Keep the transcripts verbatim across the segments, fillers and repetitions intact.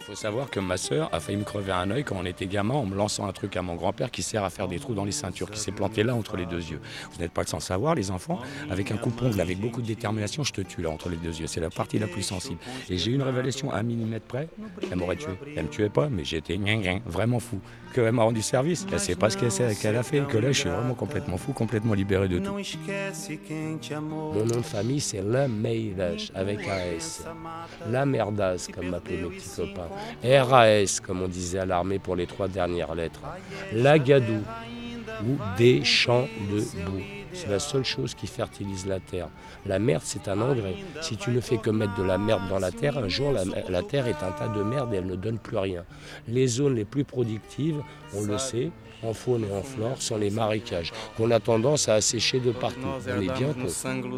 Il faut savoir que ma sœur a failli me crever un œil quand on était gamin en me lançant un truc à mon grand-père qui sert à faire des trous dans les ceintures, qui s'est planté là entre les deux yeux. Vous n'êtes pas sans savoir, les enfants, avec un coupe-ongle, avec beaucoup de détermination, je te tue là entre les deux yeux. C'est la partie la plus sensible. Et j'ai eu une révélation à un millimètre près, elle m'aurait tué. Elle me tuait pas, mais j'étais vraiment fou. Qu'elle m'a rendu service, elle sait pas ce qu'elle a fait, que là je suis vraiment complètement fou, complètement libéré de tout. Mon nom de famille c'est Lameiras avec un S. La Merdas comme m'appelaient mes petits copains. R A S comme on disait à l'armée pour les trois dernières lettres. Lagadou ou des champs de boue. C'est la seule chose qui fertilise la terre. La merde, c'est un engrais. Si tu ne fais que mettre de la merde dans la terre, un jour, la, la terre est un tas de merde et elle ne donne plus rien. Les zones les plus productives, on le sait, en faune et en flore, sont les marécages, qu'on a tendance à assécher de partout. On est bien con.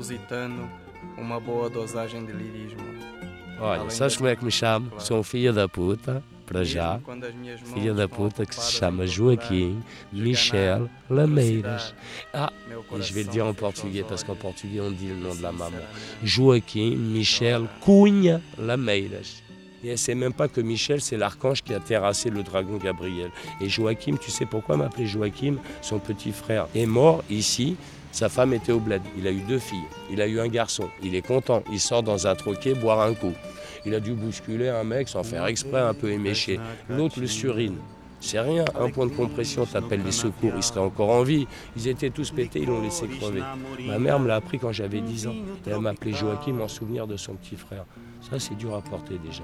Olha, sabes como é que me chamo? Sou um filho da puta, para já. Filho da puta que se chama Joaquim Michel Lameiras. Ah, et je vais le dire en portugais parce qu'en portugais on dit le nom de la maman. Joaquim Michel Cunha Lameiras. Et elle ne sait même pas que Michel, c'est l'archange qui a terrassé le dragon Gabriel. Et Joachim, tu sais pourquoi m'appeler Joachim? Son petit frère est mort ici. Sa femme était au bled. Il a eu deux filles. Il a eu un garçon. Il est content. Il sort dans un troquet boire un coup. Il a dû bousculer un mec sans faire exprès, un peu éméché. L'autre le surine. C'est rien, un point de compression, t'appelles les secours, ils seraient encore en vie. Ils étaient tous pétés, ils l'ont laissé crever. Ma mère me l'a appris quand j'avais dix ans. Et elle m'appelait Joachim en souvenir de son petit frère. Ça, c'est dur à porter déjà.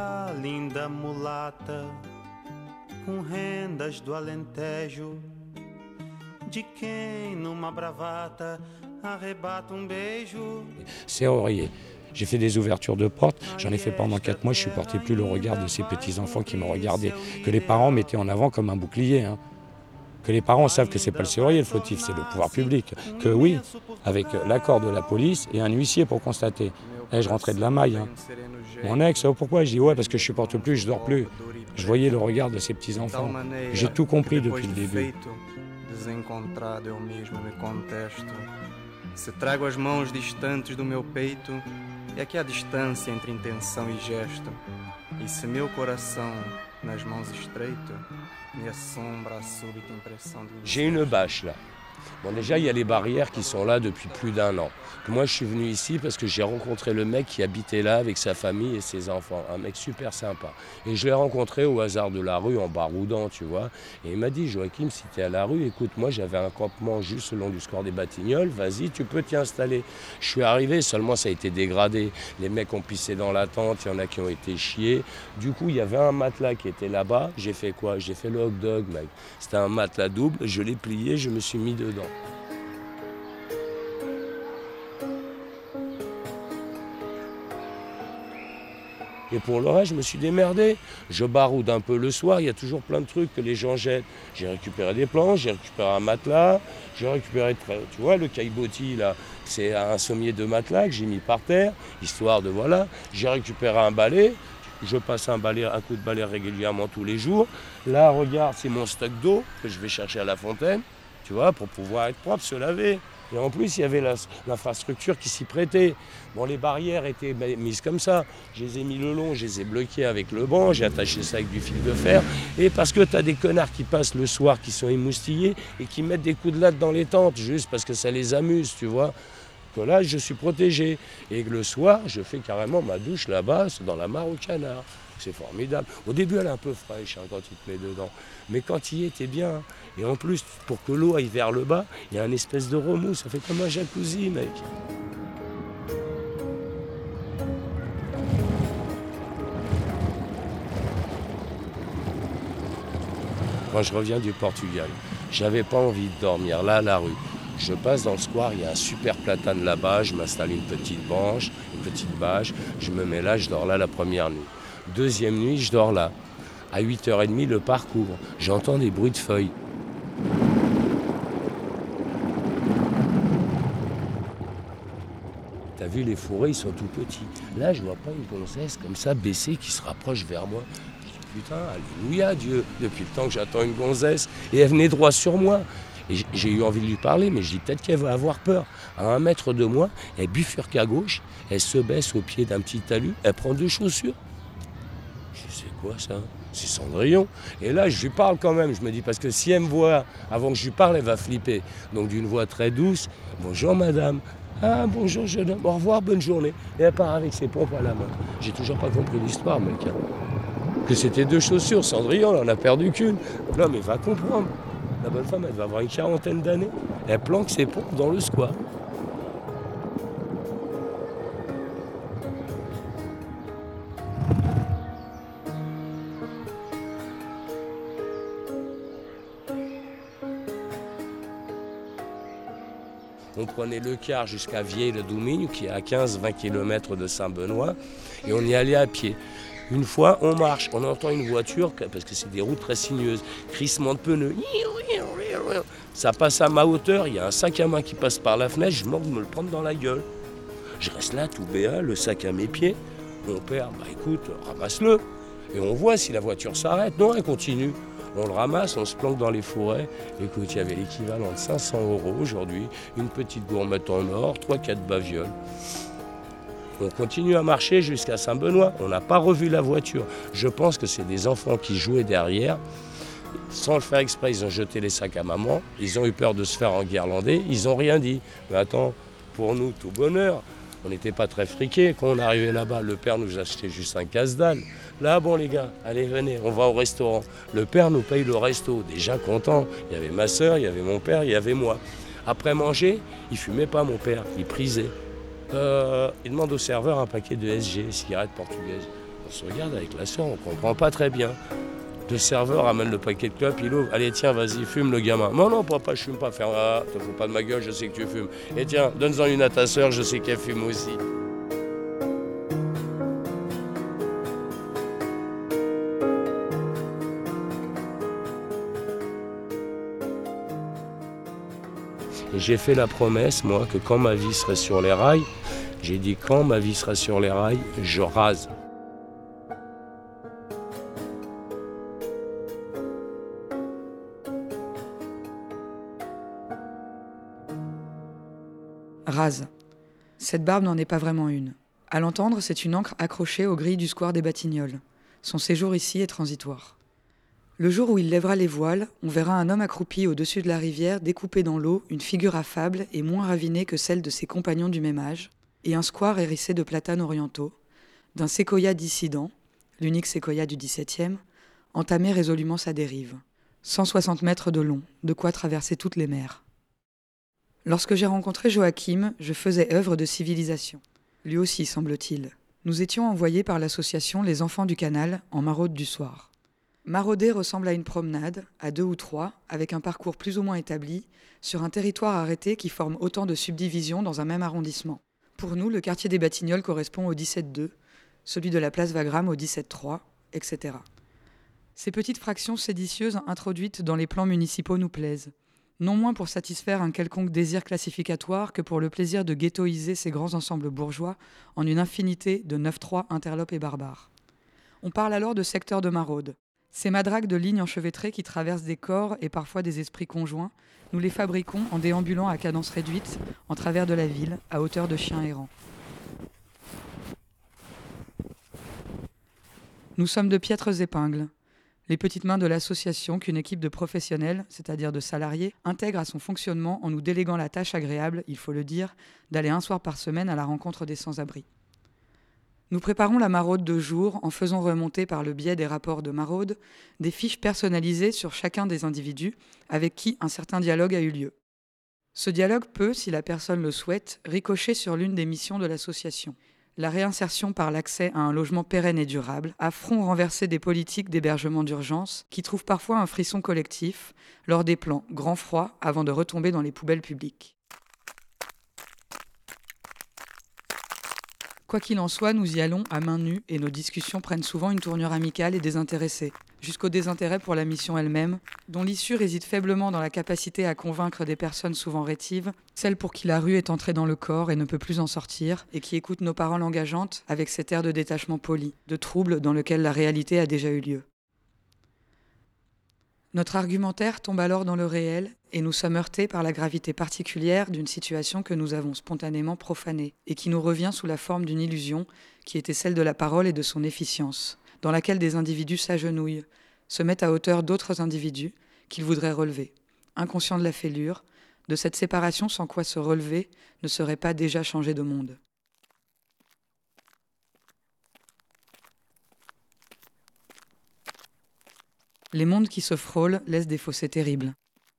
C'est Aurier. J'ai fait des ouvertures de portes, j'en ai fait pendant quatre mois, je ne supportais plus le regard de ces petits-enfants qui me regardaient, que les parents mettaient en avant comme un bouclier. Hein. Que les parents savent que ce n'est pas le serrurier le fautif, c'est le pouvoir public. Que oui, avec l'accord de la police et un huissier pour constater. Et je rentrais de la maille. Hein. Mon ex, oh, pourquoi? Je dis ouais, parce que je ne supporte plus, je ne dors plus. Je voyais le regard de ces petits-enfants. J'ai tout compris depuis le début. Desencontrado eu mesmo me contesto. Se trago as mãos distantes do meu peito, é que há distância entre intenção e gesto. E se meu coração nas mãos estreito, me assombra a súbita impressão de... J'ai une bâche là. Bon, déjà, il y a les barrières qui sont là depuis plus d'un an. Moi, je suis venu ici parce que j'ai rencontré le mec qui habitait là avec sa famille et ses enfants. Un mec super sympa. Et je l'ai rencontré au hasard de la rue, en baroudant, tu vois. Et il m'a dit, Joachim, si t'es à la rue, écoute, moi, j'avais un campement juste le long du square des Batignolles. Vas-y, tu peux t'y installer. Je suis arrivé, seulement ça a été dégradé. Les mecs ont pissé dans la tente, il y en a qui ont été chiés. Du coup, il y avait un matelas qui était là-bas. J'ai fait quoi? J'ai fait le hot dog, mec. C'était un matelas double. Je l'ai plié, je me suis mis dedans. Et pour le reste, je me suis démerdé. Je baroude un peu le soir, il y a toujours plein de trucs que les gens jettent. J'ai récupéré des planches, j'ai récupéré un matelas, j'ai récupéré, tu vois, le caillebotis là, c'est un sommier de matelas que j'ai mis par terre, histoire de, voilà. J'ai récupéré un balai, je passe un, balai, un coup de balai régulièrement tous les jours. Là, regarde, c'est mon stock d'eau que je vais chercher à la fontaine, tu vois, pour pouvoir être propre, se laver. Et en plus, il y avait l'infrastructure qui s'y prêtait. Bon, les barrières étaient mises comme ça. Je les ai mis le long, je les ai bloquées avec le banc, j'ai attaché ça avec du fil de fer. Et parce que tu as des connards qui passent le soir, qui sont émoustillés et qui mettent des coups de latte dans les tentes, juste parce que ça les amuse, tu vois. Que là, je suis protégé. Et le soir, je fais carrément ma douche là-bas, dans la mare au canard. C'est formidable. Au début, elle est un peu fraîche hein, quand tu te mets dedans. Mais quand tu y es, t'es bien. Et en plus, pour que l'eau aille vers le bas, il y a une espèce de remous. Ça fait comme un jacuzzi, mec. Quand je reviens du Portugal, j'avais pas envie de dormir là à la rue. Je passe dans le square, il y a un super platane là-bas, je m'installe une petite branche, une petite bâche, je me mets là, je dors là la première nuit. Deuxième nuit, je dors là. À huit heures trente, le parc ouvre. J'entends des bruits de feuilles. T'as vu, les fourrés, ils sont tout petits. Là, je vois pas une gonzesse comme ça, baissée, qui se rapproche vers moi. Je dis, putain, alléluia, Dieu, depuis le temps que j'attends une gonzesse. Et elle venait droit sur moi. Et j'ai eu envie de lui parler, mais je dis peut-être qu'elle va avoir peur. À un mètre de moi, elle bifurque à gauche, elle se baisse au pied d'un petit talus, elle prend deux chaussures. Je dis, c'est quoi ça? C'est Cendrillon. Et là, je lui parle quand même. Je me dis, parce que si elle me voit, avant que je lui parle, elle va flipper. Donc d'une voix très douce, bonjour madame. Ah bonjour jeune homme, au revoir, bonne journée. Et elle part avec ses pompes à la main. J'ai toujours pas compris l'histoire, mec. Que c'était deux chaussures, Cendrillon, elle en a perdu qu'une. Non mais va comprendre. La bonne femme, elle va avoir une quarantaine d'années. Elle planque ses pompes dans le square. On prenait le car jusqu'à Vieille-le-Doumigne, qui est à quinze à vingt kilomètres de Saint-Benoît, et on y allait à pied. Une fois, on marche, on entend une voiture, parce que c'est des routes très sinueuses, crissement de pneus. Ça passe à ma hauteur, il y a un sac à main qui passe par la fenêtre, je manque de me le prendre dans la gueule. Je reste là, tout béat, le sac à mes pieds. Mon père, bah écoute, ramasse-le. Et on voit si la voiture s'arrête. Non, elle continue. On le ramasse, on se planque dans les forêts. Écoute, il y avait l'équivalent de cinq cents euros aujourd'hui, une petite gourmette en or, trois quatre bavioles. On continue à marcher jusqu'à Saint-Benoît. On n'a pas revu la voiture. Je pense que c'est des enfants qui jouaient derrière. Sans le faire exprès, ils ont jeté les sacs à maman. Ils ont eu peur de se faire enguirlander. Ils n'ont rien dit. Mais attends, pour nous, tout bonheur. On n'était pas très friqués. Quand on est arrivé là-bas, le père nous achetait juste un casse-dalle. Là, bon les gars, allez, venez, on va au restaurant. Le père nous paye le resto, déjà content. Il y avait ma soeur, il y avait mon père, il y avait moi. Après manger, il fumait pas mon père, il prisait. Euh, il demande au serveur un paquet de S G, cigarettes portugaises. On se regarde avec la soeur, on comprend pas très bien. Le serveur amène le paquet de clopes, il ouvre. Allez, tiens, vas-y, fume le gamin. Non, non, papa, je fume pas. Faire, ah, te fous pas de ma gueule, je sais que tu fumes. Et tiens, donne-en une à ta soeur, je sais qu'elle fume aussi. Et j'ai fait la promesse, moi, que quand ma vie serait sur les rails, j'ai dit quand ma vie sera sur les rails, je rase. Rase. Cette barbe n'en est pas vraiment une. À l'entendre, c'est une encre accrochée aux grilles du square des Batignolles. Son séjour ici est transitoire. Le jour où il lèvera les voiles, on verra un homme accroupi au-dessus de la rivière découper dans l'eau une figure affable et moins ravinée que celle de ses compagnons du même âge, et un square hérissé de platanes orientaux, d'un séquoia dissident, l'unique séquoia du dix-septième, entamait résolument sa dérive. cent soixante mètres de long, de quoi traverser toutes les mers. Lorsque j'ai rencontré Joachim, je faisais œuvre de civilisation. Lui aussi, semble-t-il. Nous étions envoyés par l'association Les Enfants du Canal en maraude du soir. Marauder ressemble à une promenade, à deux ou trois, avec un parcours plus ou moins établi, sur un territoire arrêté qui forme autant de subdivisions dans un même arrondissement. Pour nous, le quartier des Batignolles correspond au dix-sept deux, celui de la place Wagram au dix-sept trois, et cetera. Ces petites fractions séditieuses introduites dans les plans municipaux nous plaisent, non moins pour satisfaire un quelconque désir classificatoire que pour le plaisir de ghettoiser ces grands ensembles bourgeois en une infinité de neuf trois interlopes et barbares. On parle alors de secteur de maraude. Ces madragues de lignes enchevêtrées qui traversent des corps et parfois des esprits conjoints, nous les fabriquons en déambulant à cadence réduite, en travers de la ville, à hauteur de chiens errants. Nous sommes de piètres épingles, les petites mains de l'association qu'une équipe de professionnels, c'est-à-dire de salariés, intègre à son fonctionnement en nous déléguant la tâche agréable, il faut le dire, d'aller un soir par semaine à la rencontre des sans-abri. Nous préparons la maraude de jour en faisant remonter par le biais des rapports de maraude des fiches personnalisées sur chacun des individus avec qui un certain dialogue a eu lieu. Ce dialogue peut, si la personne le souhaite, ricocher sur l'une des missions de l'association. La réinsertion par l'accès à un logement pérenne et durable, à front renversé des politiques d'hébergement d'urgence qui trouvent parfois un frisson collectif lors des plans grand froid avant de retomber dans les poubelles publiques. Quoi qu'il en soit, nous y allons à main nue et nos discussions prennent souvent une tournure amicale et désintéressée, jusqu'au désintérêt pour la mission elle-même, dont l'issue réside faiblement dans la capacité à convaincre des personnes souvent rétives, celles pour qui la rue est entrée dans le corps et ne peut plus en sortir, et qui écoutent nos paroles engageantes avec cet air de détachement poli, de trouble dans lequel la réalité a déjà eu lieu. Notre argumentaire tombe alors dans le réel et nous sommes heurtés par la gravité particulière d'une situation que nous avons spontanément profanée et qui nous revient sous la forme d'une illusion qui était celle de la parole et de son efficience, dans laquelle des individus s'agenouillent, se mettent à hauteur d'autres individus qu'ils voudraient relever, inconscients de la fêlure, de cette séparation sans quoi se relever ne serait pas déjà changer de monde. Les mondes qui se frôlent laissent des fossés terribles.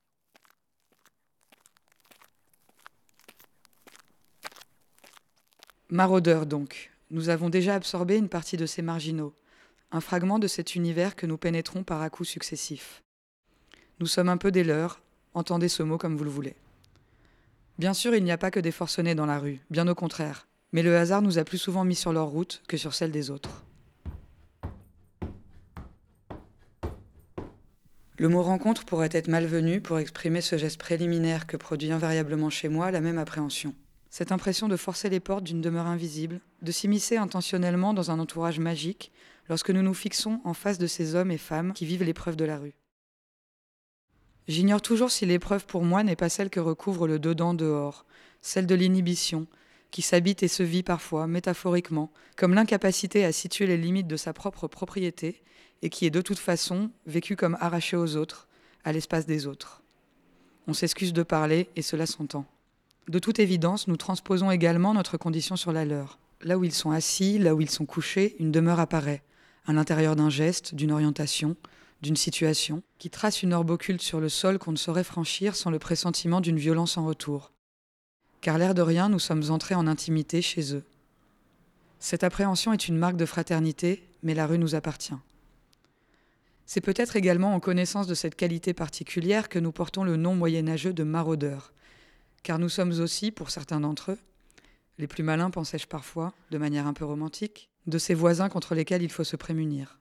Maraudeurs donc, nous avons déjà absorbé une partie de ces marginaux, un fragment de cet univers que nous pénétrons par à-coups successifs. Nous sommes un peu des leurs, entendez ce mot comme vous le voulez. Bien sûr, il n'y a pas que des forcenés dans la rue, bien au contraire, mais le hasard nous a plus souvent mis sur leur route que sur celle des autres. Le mot « rencontre » pourrait être malvenu pour exprimer ce geste préliminaire que produit invariablement chez moi la même appréhension. Cette impression de forcer les portes d'une demeure invisible, de s'immiscer intentionnellement dans un entourage magique lorsque nous nous fixons en face de ces hommes et femmes qui vivent l'épreuve de la rue. J'ignore toujours si l'épreuve pour moi n'est pas celle que recouvre le dedans-dehors, celle de l'inhibition, qui s'habite et se vit parfois, métaphoriquement, comme l'incapacité à situer les limites de sa propre propriété et qui est de toute façon vécue comme arrachée aux autres, à l'espace des autres. On s'excuse de parler et cela s'entend. De toute évidence, nous transposons également notre condition sur la leur. Là où ils sont assis, là où ils sont couchés, une demeure apparaît, à l'intérieur d'un geste, d'une orientation, d'une situation, qui trace une orbe occulte sur le sol qu'on ne saurait franchir sans le pressentiment d'une violence en retour. Car l'air de rien, nous sommes entrés en intimité chez eux. Cette appréhension est une marque de fraternité, mais la rue nous appartient. C'est peut-être également en connaissance de cette qualité particulière que nous portons le nom moyenâgeux de maraudeurs, car nous sommes aussi, pour certains d'entre eux, les plus malins pensais-je parfois, de manière un peu romantique, de ces voisins contre lesquels il faut se prémunir.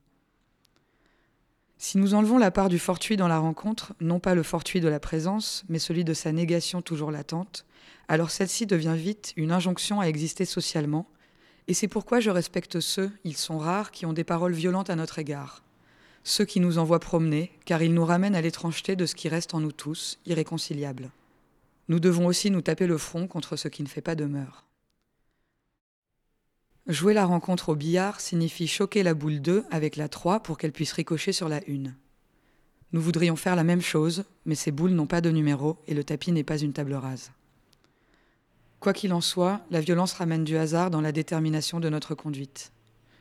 Si nous enlevons la part du fortuit dans la rencontre, non pas le fortuit de la présence, mais celui de sa négation toujours latente, alors celle-ci devient vite une injonction à exister socialement, et c'est pourquoi je respecte ceux, ils sont rares, qui ont des paroles violentes à notre égard. Ceux qui nous envoient promener, car ils nous ramènent à l'étrangeté de ce qui reste en nous tous, irréconciliable. Nous devons aussi nous taper le front contre ce qui ne fait pas demeure. Jouer la rencontre au billard signifie choquer la boule deux avec la trois pour qu'elle puisse ricocher sur la une. Nous voudrions faire la même chose, mais ces boules n'ont pas de numéro et le tapis n'est pas une table rase. Quoi qu'il en soit, la violence ramène du hasard dans la détermination de notre conduite.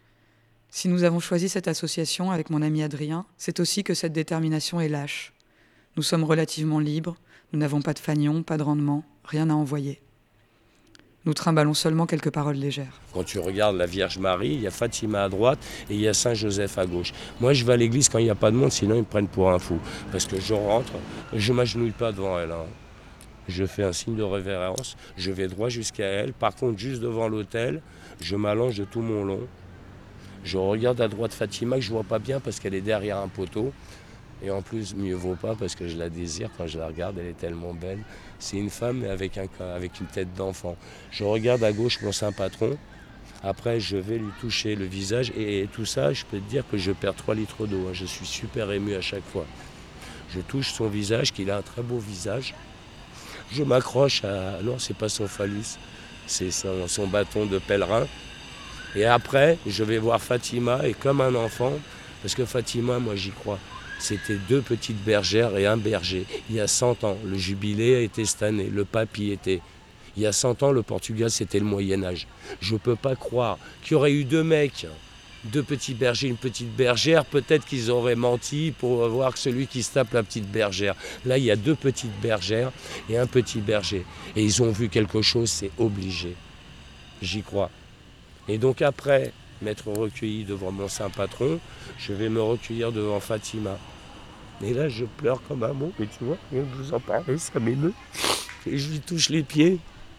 Si nous avons choisi cette association avec mon ami Adrien, c'est aussi que cette détermination est lâche. Nous sommes relativement libres, nous n'avons pas de fanion, pas de rendement, rien à envoyer. Nous trimballons seulement quelques paroles légères. Quand tu regardes la Vierge Marie, il y a Fatima à droite et il y a Saint-Joseph à gauche. Moi, je vais à l'église quand il n'y a pas de monde, sinon ils me prennent pour un fou. Parce que je rentre, je ne m'agenouille pas devant elle. Hein. Je fais un signe de révérence, je vais droit jusqu'à elle. Par contre, juste devant l'autel, je m'allonge de tout mon long. Je regarde à droite Fatima que je ne vois pas bien parce qu'elle est derrière un poteau. Et en plus, mieux vaut pas parce que je la désire quand je la regarde, elle est tellement belle. C'est une femme mais avec, un, avec une tête d'enfant. Je regarde à gauche mon saint patron. Après, je vais lui toucher le visage. Et, et tout ça, je peux te dire que je perds trois litres d'eau. Hein. Je suis super ému à chaque fois. Je touche son visage, qu'il a un très beau visage. Je m'accroche à... Non, c'est pas son phallus. C'est son, son bâton de pèlerin. Et après, je vais voir Fatima et comme un enfant, parce que Fatima, moi j'y crois, c'était deux petites bergères et un berger. Il y a cent ans, le jubilé a été cette année, le pape y était. Il y a cent ans, le Portugal, c'était le Moyen-Âge. Je ne peux pas croire qu'il y aurait eu deux mecs, deux petits bergers, une petite bergère. Peut-être qu'ils auraient menti pour voir celui qui se tape la petite bergère. Là, il y a deux petites bergères et un petit berger. Et ils ont vu quelque chose, c'est obligé. J'y crois. Et donc après m'être recueilli devant mon saint patron, je vais me recueillir devant Fatima. Et là, je pleure comme un mot. Mais tu vois, je vous en parle, ça m'émeut. Et je lui touche les pieds.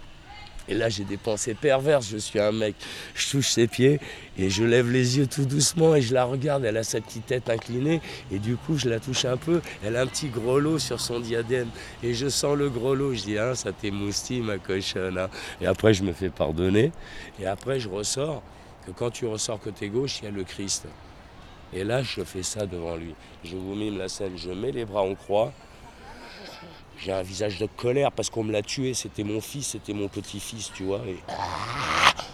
Et là, j'ai des pensées perverses. Je suis un mec. Je touche ses pieds et je lève les yeux tout doucement et je la regarde. Elle a sa petite tête inclinée. Et du coup, je la touche un peu. Elle a un petit grelot sur son diadème. Et je sens le grelot. Je dis, hein, ça t'émoustille, ma cochonne. Hein. Et après, je me fais pardonner. Et après, je ressors. Que quand tu ressors côté gauche, il y a le Christ. Et là, je fais ça devant lui. Je vous mime la scène. Je mets les bras en croix. J'ai un visage de colère parce qu'on me l'a tué. C'était mon fils, c'était mon petit-fils, tu vois. Et,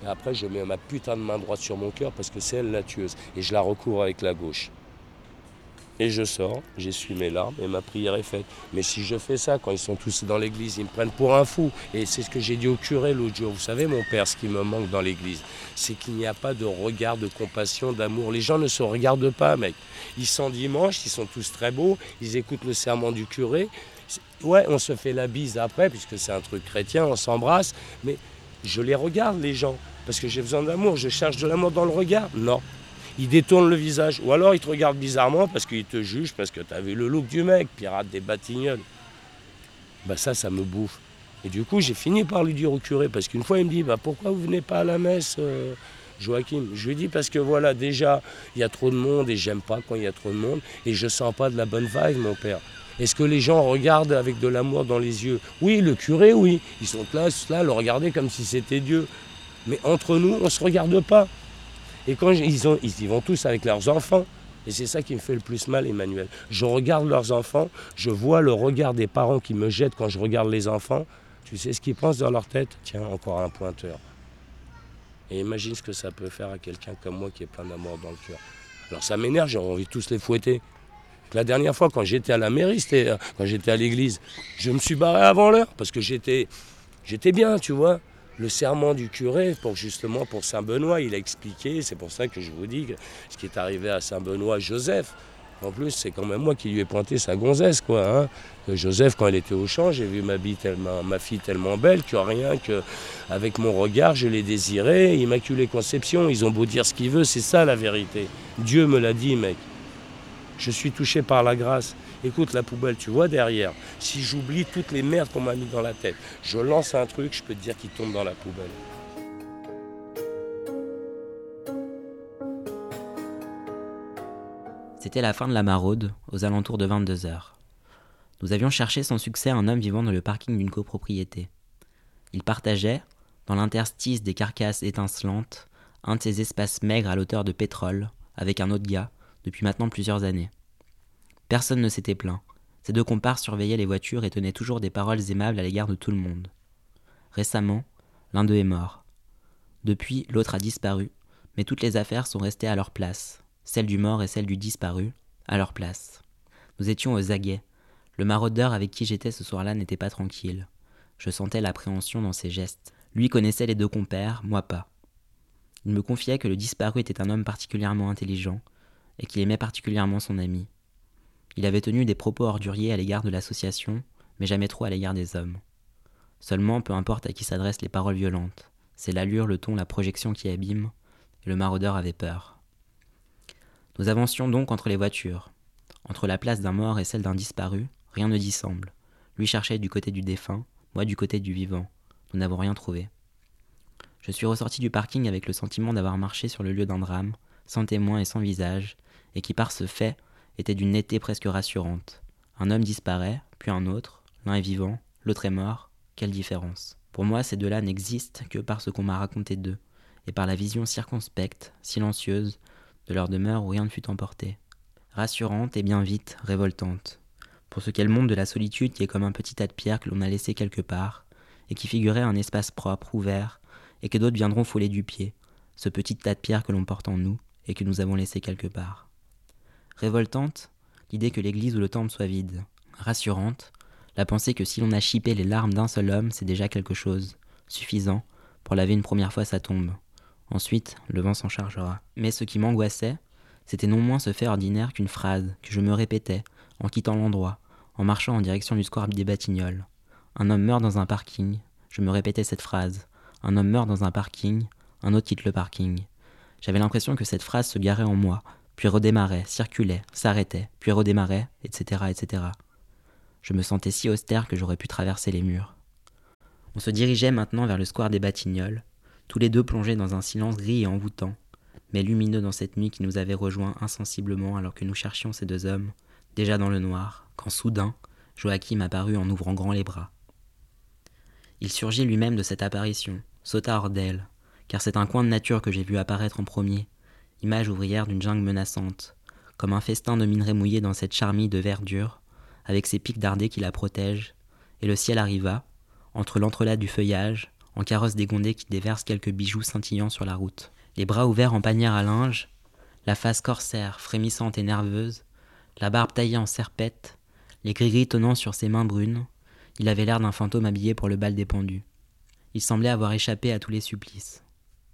Et après, je mets ma putain de main droite sur mon cœur parce que c'est elle la tueuse. Et je la recouvre avec la gauche. Et je sors, j'essuie mes larmes et ma prière est faite. Mais si je fais ça, quand ils sont tous dans l'église, ils me prennent pour un fou. Et c'est ce que j'ai dit au curé l'autre jour. Vous savez, mon père, ce qui me manque dans l'église, c'est qu'il n'y a pas de regard, de compassion, d'amour. Les gens ne se regardent pas, mec. Ils sont dimanche, ils sont tous très beaux, ils écoutent le sermon du curé. Ouais, on se fait la bise après, puisque c'est un truc chrétien, on s'embrasse. Mais je les regarde, les gens, parce que j'ai besoin d'amour. Je cherche de l'amour dans le regard. Non. Ils détournent le visage. Ou alors ils te regardent bizarrement parce qu'ils te jugent, parce que tu as vu le look du mec, pirate des Batignolles. Bah ça, ça me bouffe. Et du coup, j'ai fini par lui dire au curé, parce qu'une fois, il me dit, bah pourquoi vous venez pas à la messe, euh, Joachim? Je lui ai dit, parce que voilà, déjà, il y a trop de monde et j'aime pas quand il y a trop de monde. Et je sens pas de la bonne vibe, mon père. Est-ce que les gens regardent avec de l'amour dans les yeux? Oui, le curé, oui. Ils sont là, là, le regarder comme si c'était Dieu. Mais entre nous, on se regarde pas. Et quand ils, ont, ils y vont tous avec leurs enfants. Et c'est ça qui me fait le plus mal, Emmanuel. Je regarde leurs enfants, je vois le regard des parents qui me jettent quand je regarde les enfants. Tu sais ce qu'ils pensent dans leur tête? Tiens, encore un pointeur. Et imagine ce que ça peut faire à quelqu'un comme moi qui est plein d'amour dans le cœur. Alors ça m'énerve, j'ai envie de tous les fouetter. La dernière fois, quand j'étais à la mairie, c'était quand j'étais à l'église, je me suis barré avant l'heure parce que j'étais, j'étais bien, tu vois. Le serment du curé, pour justement pour Saint-Benoît, il a expliqué, c'est pour ça que je vous dis que ce qui est arrivé à Saint-Benoît, Joseph. En plus, c'est quand même moi qui lui ai pointé sa gonzesse, quoi. Hein. Joseph, quand elle était au champ, j'ai vu ma, bille tellement, ma fille tellement belle que rien qu'avec mon regard, je l'ai désirée. Immaculée Conception, ils ont beau dire ce qu'ils veulent, c'est ça la vérité. Dieu me l'a dit, mec. Je suis touché par la grâce. Écoute, la poubelle, tu vois derrière, si j'oublie toutes les merdes qu'on m'a mis dans la tête, je lance un truc, je peux te dire qu'il tombe dans la poubelle. C'était la fin de la maraude, aux alentours de vingt-deux heures. Nous avions cherché sans succès un homme vivant dans le parking d'une copropriété. Il partageait, dans l'interstice des carcasses étincelantes, un de ces espaces maigres à l'odeur de pétrole, avec un autre gars, depuis maintenant plusieurs années. Personne ne s'était plaint. Ces deux comparses surveillaient les voitures et tenaient toujours des paroles aimables à l'égard de tout le monde. Récemment, l'un d'eux est mort. Depuis, l'autre a disparu, mais toutes les affaires sont restées à leur place. Celle du mort et celle du disparu, à leur place. Nous étions aux aguets. Le maraudeur avec qui j'étais ce soir-là n'était pas tranquille. Je sentais l'appréhension dans ses gestes. Lui connaissait les deux compères, moi pas. Il me confiait que le disparu était un homme particulièrement intelligent et qu'il aimait particulièrement son ami. Il avait tenu des propos orduriers à l'égard de l'association, mais jamais trop à l'égard des hommes. Seulement, peu importe à qui s'adressent les paroles violentes, c'est l'allure, le ton, la projection qui abîment, et le maraudeur avait peur. Nous avancions donc entre les voitures. Entre la place d'un mort et celle d'un disparu, rien ne dissemble. Lui cherchait du côté du défunt, moi du côté du vivant. Nous n'avons rien trouvé. Je suis ressorti du parking avec le sentiment d'avoir marché sur le lieu d'un drame, sans témoin et sans visage, et qui par ce fait était d'une netteté presque rassurante. Un homme disparaît, puis un autre, l'un est vivant, l'autre est mort, quelle différence? Pour moi, ces deux-là n'existent que par ce qu'on m'a raconté d'eux, et par la vision circonspecte, silencieuse, de leur demeure où rien ne fut emporté. Rassurante et bien vite révoltante. Pour ce qu'est le monde de la solitude qui est comme un petit tas de pierres que l'on a laissé quelque part, et qui figurait un espace propre, ouvert, et que d'autres viendront fouler du pied, ce petit tas de pierres que l'on porte en nous, et que nous avons laissé quelque part. Révoltante, l'idée que l'église ou le temple soit vide. Rassurante, la pensée que si l'on a chippé les larmes d'un seul homme, c'est déjà quelque chose, suffisant, pour laver une première fois sa tombe. Ensuite, le vent s'en chargera. Mais ce qui m'angoissait, c'était non moins ce fait ordinaire qu'une phrase que je me répétais, en quittant l'endroit, en marchant en direction du square des Batignolles. Un homme meurt dans un parking, je me répétais cette phrase. Un homme meurt dans un parking, un autre quitte le parking. J'avais l'impression que cette phrase se garait en moi, puis redémarrait, circulait, s'arrêtait, puis redémarrait, et cetera, et cetera. Je me sentais si austère que j'aurais pu traverser les murs. On se dirigeait maintenant vers le square des Batignolles, tous les deux plongés dans un silence gris et envoûtant, mais lumineux dans cette nuit qui nous avait rejoints insensiblement alors que nous cherchions ces deux hommes, déjà dans le noir, quand soudain, Joachim apparut en ouvrant grand les bras. Il surgit lui-même de cette apparition, sauta hors d'elle, car c'est un coin de nature que j'ai vu apparaître en premier, image ouvrière d'une jungle menaçante, comme un festin de minerais mouillés dans cette charmille de verdure, avec ses pics dardés qui la protègent, et le ciel arriva, entre l'entrelacs du feuillage, en carrosse dégondée qui déverse quelques bijoux scintillants sur la route. Les bras ouverts en panière à linge, la face corsaire, frémissante et nerveuse, la barbe taillée en serpette, les gris-gris tonnant sur ses mains brunes, il avait l'air d'un fantôme habillé pour le bal des pendus. Il semblait avoir échappé à tous les supplices.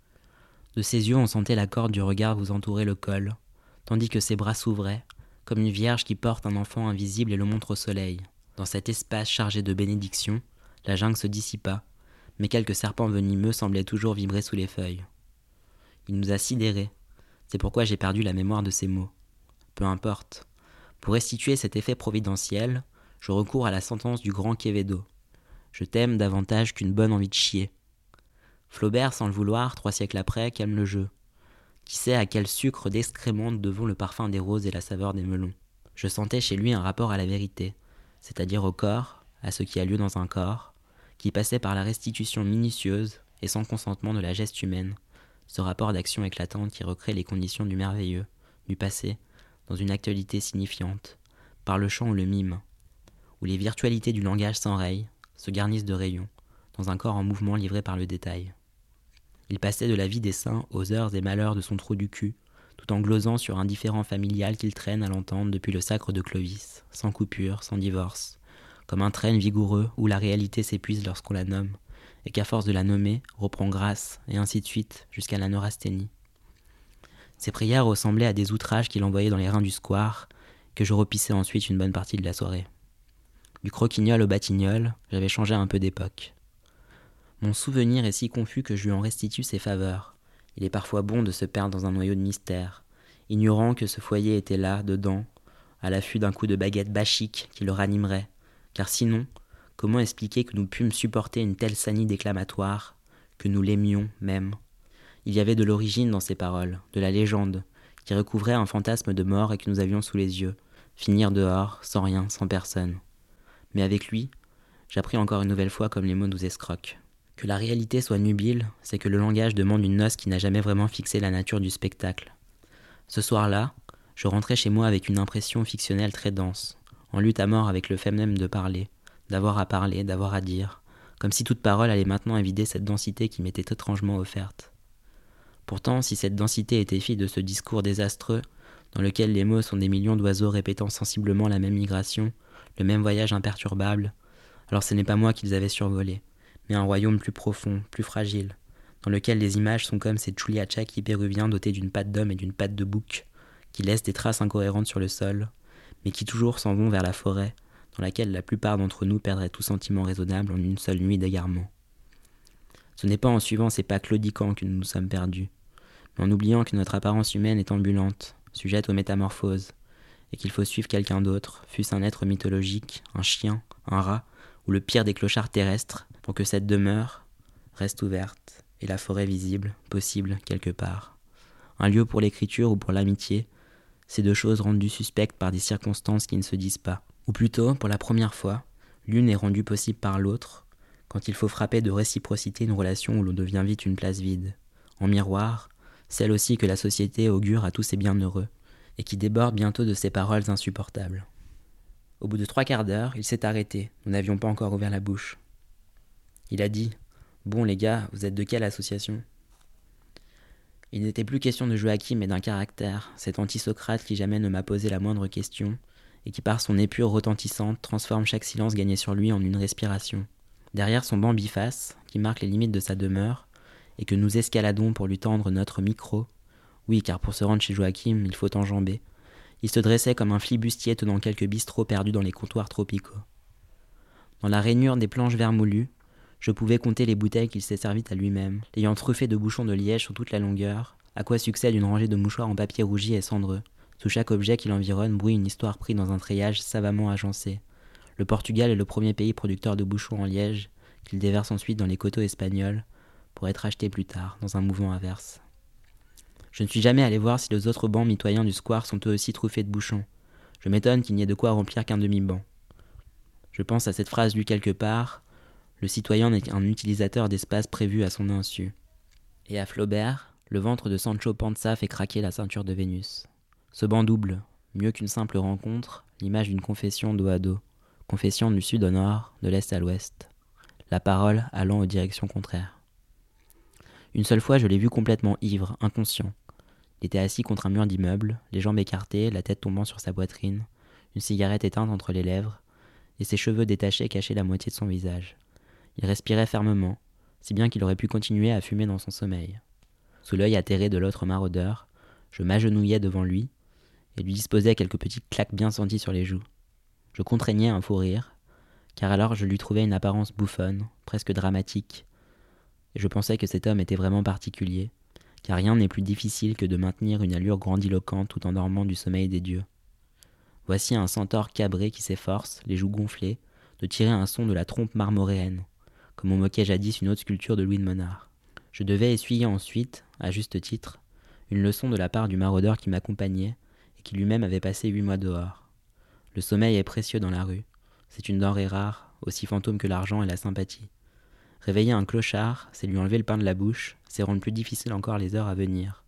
De ses yeux, on sentait la corde du regard vous entourer le col, tandis que ses bras s'ouvraient, comme une vierge qui porte un enfant invisible et le montre au soleil. Dans cet espace chargé de bénédictions, la jungle se dissipa, mais quelques serpents venimeux semblaient toujours vibrer sous les feuilles. Il nous a sidérés. C'est pourquoi j'ai perdu la mémoire de ces mots. Peu importe. Pour restituer cet effet providentiel, je recours à la sentence du grand Quevedo. Je t'aime davantage qu'une bonne envie de chier. Flaubert, sans le vouloir, trois siècles après, calme le jeu. Qui sait à quel sucre d'excréments devons le parfum des roses et la saveur des melons. Je sentais chez lui un rapport à la vérité, c'est-à-dire au corps, à ce qui a lieu dans un corps, qui passait par la restitution minutieuse et sans consentement de la geste humaine, ce rapport d'action éclatante qui recrée les conditions du merveilleux, du passé, dans une actualité signifiante, par le chant ou le mime, où les virtualités du langage s'enrayent, se garnissent de rayons, dans un corps en mouvement livré par le détail. Il passait de la vie des saints aux heures et malheurs de son trou du cul, tout en glosant sur un différend familial qu'il traîne à l'entendre depuis le sacre de Clovis, sans coupure, sans divorce, comme un traîne vigoureux où la réalité s'épuise lorsqu'on la nomme, et qu'à force de la nommer, reprend grâce, et ainsi de suite, jusqu'à la neurasthénie. Ses prières ressemblaient à des outrages qu'il envoyait dans les reins du square, que je repissais ensuite une bonne partie de la soirée. Du croquignol au batignol, j'avais changé un peu d'époque. Mon souvenir est si confus que je lui en restitue ses faveurs. Il est parfois bon de se perdre dans un noyau de mystère, ignorant que ce foyer était là, dedans, à l'affût d'un coup de baguette bachique qui le ranimerait, car sinon, comment expliquer que nous pûmes supporter une telle sanie déclamatoire, que nous l'aimions même? Il y avait de l'origine dans ces paroles, de la légende, qui recouvrait un fantasme de mort et que nous avions sous les yeux, finir dehors, sans rien, sans personne. Mais avec lui, j'appris encore une nouvelle fois comme les mots nous escroquent. Que la réalité soit nubile, c'est que le langage demande une noce qui n'a jamais vraiment fixé la nature du spectacle. Ce soir-là, je rentrais chez moi avec une impression fictionnelle très dense, en lutte à mort avec le fait même de parler, d'avoir à parler, d'avoir à dire, comme si toute parole allait maintenant évider cette densité qui m'était étrangement offerte. Pourtant, si cette densité était fille de ce discours désastreux, dans lequel les mots sont des millions d'oiseaux répétant sensiblement la même migration, le même voyage imperturbable, alors ce n'est pas moi qu'ils avaient survolé, mais un royaume plus profond, plus fragile, dans lequel les images sont comme ces tchouliachaki péruviens dotés d'une patte d'homme et d'une patte de bouc, qui laissent des traces incohérentes sur le sol, mais qui toujours s'en vont vers la forêt, dans laquelle la plupart d'entre nous perdraient tout sentiment raisonnable en une seule nuit d'égarement. Ce n'est pas en suivant ces pas claudiquants que nous nous sommes perdus, mais en oubliant que notre apparence humaine est ambulante, sujette aux métamorphoses, et qu'il faut suivre quelqu'un d'autre, fût-ce un être mythologique, un chien, un rat, ou le pire des clochards terrestres, pour que cette demeure reste ouverte, et la forêt visible, possible, quelque part. Un lieu pour l'écriture ou pour l'amitié, ces deux choses rendues suspectes par des circonstances qui ne se disent pas. Ou plutôt, pour la première fois, l'une est rendue possible par l'autre, quand il faut frapper de réciprocité une relation où l'on devient vite une place vide. En miroir, celle aussi que la société augure à tous ses bienheureux, et qui déborde bientôt de ces paroles insupportables. Au bout de trois quarts d'heure, il s'est arrêté, nous n'avions pas encore ouvert la bouche. Il a dit « Bon les gars, vous êtes de quelle association ?» Il n'était plus question de Joachim mais d'un caractère, cet anti-Socrate qui jamais ne m'a posé la moindre question, et qui par son épure retentissante transforme chaque silence gagné sur lui en une respiration. Derrière son banc biface, qui marque les limites de sa demeure, et que nous escaladons pour lui tendre notre micro, oui car pour se rendre chez Joachim, il faut enjamber, il se dressait comme un flibustier tenant quelques bistrots perdus dans les comptoirs tropicaux. Dans la rainure des planches vermoulues, je pouvais compter les bouteilles qu'il s'est servies à lui-même, l'ayant truffé de bouchons de liège sur toute la longueur, à quoi succède une rangée de mouchoirs en papier rougi et cendreux. Sous chaque objet qui l'environne bruit une histoire prise dans un treillage savamment agencé. Le Portugal est le premier pays producteur de bouchons en liège, qu'il déverse ensuite dans les coteaux espagnols, pour être acheté plus tard, dans un mouvement inverse. Je ne suis jamais allé voir si les autres bancs mitoyens du square sont eux aussi truffés de bouchons. Je m'étonne qu'il n'y ait de quoi remplir qu'un demi-banc. Je pense à cette phrase lue quelque part, le citoyen n'est qu'un utilisateur d'espace prévu à son insu. Et à Flaubert, le ventre de Sancho Panza fait craquer la ceinture de Vénus. Ce banc double, mieux qu'une simple rencontre, l'image d'une confession dos à dos. Confession du sud au nord, de l'est à l'ouest. la parole allant aux directions contraires. Une seule fois, je l'ai vu complètement ivre, inconscient. Il était assis contre un mur d'immeuble, les jambes écartées, la tête tombant sur sa poitrine, une cigarette éteinte entre les lèvres, et ses cheveux détachés cachaient la moitié de son visage. Il respirait fermement, si bien qu'il aurait pu continuer à fumer dans son sommeil. Sous l'œil atterré de l'autre maraudeur, je m'agenouillais devant lui et lui disposais quelques petites claques bien senties sur les joues. Je contraignais un fou rire, car alors je lui trouvais une apparence bouffonne, presque dramatique, et je pensais que cet homme était vraiment particulier, car rien n'est plus difficile que de maintenir une allure grandiloquente tout en dormant du sommeil des dieux. Voici un centaure cabré qui s'efforce, les joues gonflées, de tirer un son de la trompe marmoréenne, comme on moquait jadis une autre sculpture de Louis de Monard. Je devais essuyer ensuite, à juste titre, une leçon de la part du maraudeur qui m'accompagnait et qui lui-même avait passé huit mois dehors. Le sommeil est précieux dans la rue, c'est une denrée rare, aussi fantôme que l'argent et la sympathie. Réveiller un clochard, c'est lui enlever le pain de la bouche, c'est rendre plus difficile encore les heures à venir.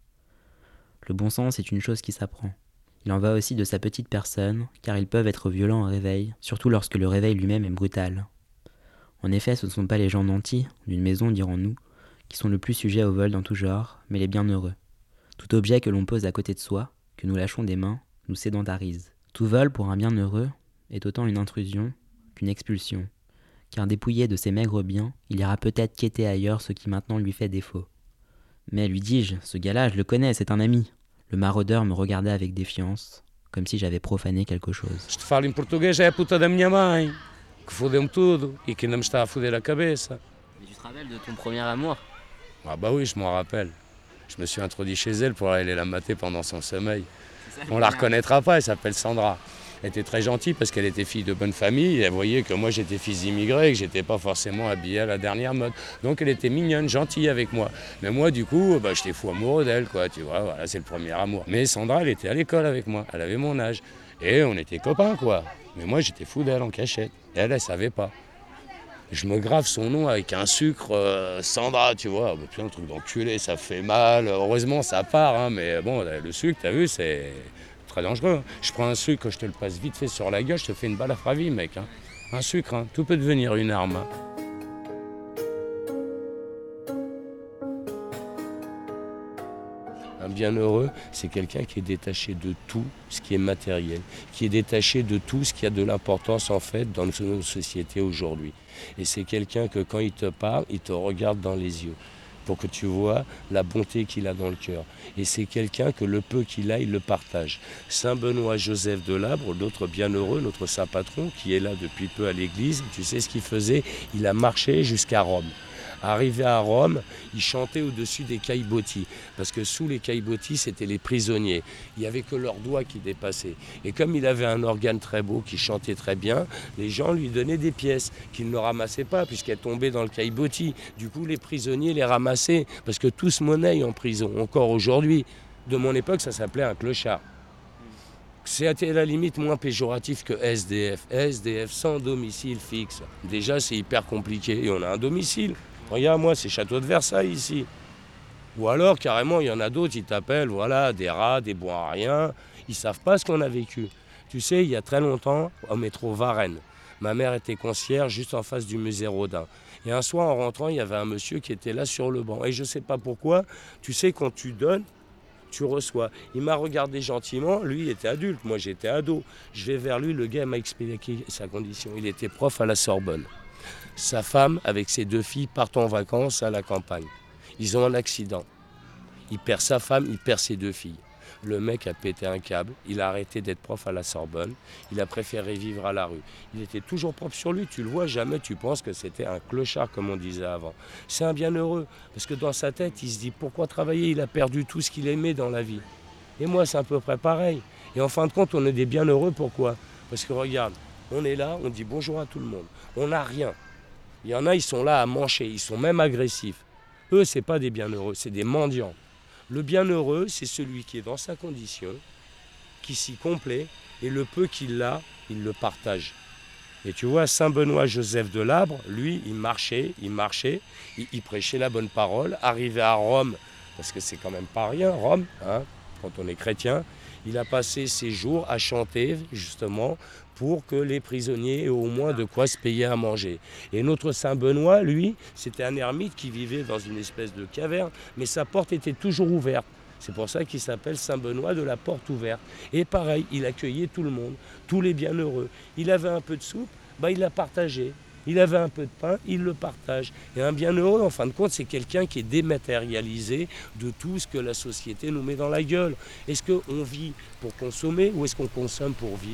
Le bon sens est une chose qui s'apprend. Il en va aussi de sa petite personne, car ils peuvent être violents au réveil, surtout lorsque le réveil lui-même est brutal. En effet, ce ne sont pas les gens nantis, d'une maison, dirons-nous, qui sont le plus sujets au vol dans tout genre, mais les bienheureux. Tout objet que l'on pose à côté de soi, que nous lâchons des mains, nous sédentarise. Tout vol pour un bienheureux est autant une intrusion qu'une expulsion, car dépouillé de ses maigres biens, il ira peut-être quêter ailleurs ce qui maintenant lui fait défaut. Mais lui dis-je, ce gars-là, je le connais, c'est un ami. Le maraudeur me regardait avec défiance, comme si j'avais profané quelque chose. Se te falo em português é a puta da minha mãe, que fodeu-me tudo e que ainda me está a foder a cabeça. Mais tu te rappelles de ton premier amour? Ah bah oui, je m'en rappelle. Je me suis introduit chez elle pour aller la mater pendant son sommeil. On la reconnaîtra pas, elle s'appelle Sandra. Elle était très gentille parce qu'elle était fille de bonne famille et elle voyait que moi j'étais fils d'immigré et que j'étais pas forcément habillé à la dernière mode. Donc elle était mignonne, gentille avec moi. Mais moi du coup, bah, j'étais fou amoureux d'elle, quoi, tu vois, voilà, c'est le premier amour. Mais Sandra, elle était à l'école avec moi, elle avait mon âge. Et on était copains, quoi. Mais moi j'étais fou d'elle en cachette. Et elle, elle savait pas. Je me grave son nom avec un sucre, euh, Sandra, tu vois. Bah, putain, un truc d'enculé, ça fait mal. Heureusement, ça part, hein, mais bon, le sucre, t'as vu, c'est très dangereux. Je prends un sucre, je te le passe vite fait sur la gueule, je te fais une balle à fravis, mec. Hein. Un sucre, hein, tout peut devenir une arme. Hein. Un bienheureux, c'est quelqu'un qui est détaché de tout ce qui est matériel, qui est détaché de tout ce qui a de l'importance en fait dans nos sociétés aujourd'hui. Et c'est quelqu'un que quand il te parle, il te regarde dans les yeux pour que tu vois la bonté qu'il a dans le cœur. Et c'est quelqu'un que le peu qu'il a, il le partage. Saint Benoît Joseph de Labre, l'autre bienheureux, notre saint patron, qui est là depuis peu à l'église, tu sais ce qu'il faisait? Il a marché jusqu'à Rome. Arrivé à Rome, il chantait au-dessus des caillebotis, parce que sous les caillebotis, c'était les prisonniers. Il n'y avait que leurs doigts qui dépassaient. Et comme il avait un organe très beau, qui chantait très bien, les gens lui donnaient des pièces qu'il ne ramassait pas, puisqu'elles tombaient dans le caillebotis. Du coup, les prisonniers les ramassaient, parce que tous monnaient en prison, encore aujourd'hui. De mon époque, ça s'appelait un clochard. C'est à la limite moins péjoratif que S D F. S D F sans domicile fixe. Déjà, c'est hyper compliqué. Et on a un domicile. Regarde, moi, c'est Château de Versailles, ici. Ou alors, carrément, il y en a d'autres, ils t'appellent, voilà, des rats, des bons à rien. Ils savent pas ce qu'on a vécu. Tu sais, il y a très longtemps, au métro Varennes, ma mère était concierge juste en face du musée Rodin. Et un soir, en rentrant, il y avait un monsieur qui était là sur le banc. Et je sais pas pourquoi, tu sais, quand tu donnes, tu reçois. Il m'a regardé gentiment, lui, il était adulte, moi, j'étais ado. Je vais vers lui, le gars m'a expliqué sa condition. Il était prof à la Sorbonne. Sa femme, avec ses deux filles, partent en vacances à la campagne. Ils ont un accident. Il perd sa femme, il perd ses deux filles. Le mec a pété un câble, il a arrêté d'être prof à la Sorbonne, il a préféré vivre à la rue. Il était toujours propre sur lui, tu le vois jamais, tu penses que c'était un clochard comme on disait avant. C'est un bienheureux, parce que dans sa tête, il se dit pourquoi travailler, il a perdu tout ce qu'il aimait dans la vie. Et moi, c'est à peu près pareil. Et en fin de compte, on est des bienheureux, pourquoi? Parce que regarde, on est là, on dit bonjour à tout le monde, on n'a rien. Il y en a, ils sont là à mancher, ils sont même agressifs. Eux, ce n'est pas des bienheureux, c'est des mendiants. Le bienheureux, c'est celui qui est dans sa condition, qui s'y complaît, et le peu qu'il a, il le partage. Et tu vois, Saint Benoît Joseph de Labre, lui, il marchait, il marchait, il, il prêchait la bonne parole, arrivé à Rome, parce que c'est quand même pas rien, Rome, hein, quand on est chrétien, il a passé ses jours à chanter, justement, pour que les prisonniers aient au moins de quoi se payer à manger. Et notre Saint Benoît, lui, c'était un ermite qui vivait dans une espèce de caverne, mais sa porte était toujours ouverte. C'est pour ça qu'il s'appelle Saint Benoît de la porte ouverte. Et pareil, il accueillait tout le monde, tous les bienheureux. Il avait un peu de soupe, bah, il l'a partagé. Il avait un peu de pain, il le partage. Et un bienheureux, en fin de compte, c'est quelqu'un qui est dématérialisé de tout ce que la société nous met dans la gueule. Est-ce qu'on vit pour consommer ou est-ce qu'on consomme pour vivre ?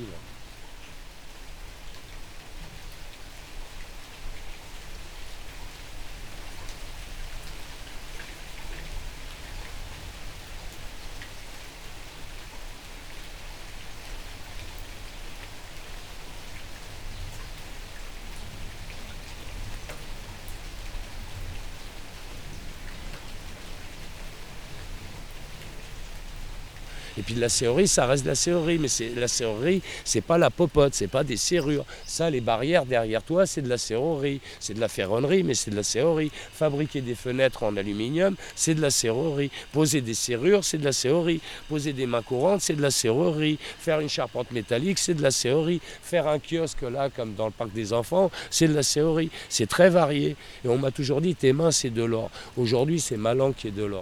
Et puis la serrurerie, ça reste de la serrurerie, mais c'est, la serrurerie, c'est pas la popote, c'est pas des serrures. Ça, les barrières derrière toi, c'est de la serrurerie. C'est de la ferronnerie, mais c'est de la serrurerie. Fabriquer des fenêtres en aluminium, c'est de la serrurerie. Poser des serrures, c'est de la serrurerie. Poser des mains courantes, c'est de la serrurerie. Faire une charpente métallique, c'est de la serrurerie. Faire un kiosque là, comme dans le parc des enfants, c'est de la serrurerie. C'est très varié. Et on m'a toujours dit, tes mains, c'est de l'or. Aujourd'hui, c'est ma langue qui est de l'or.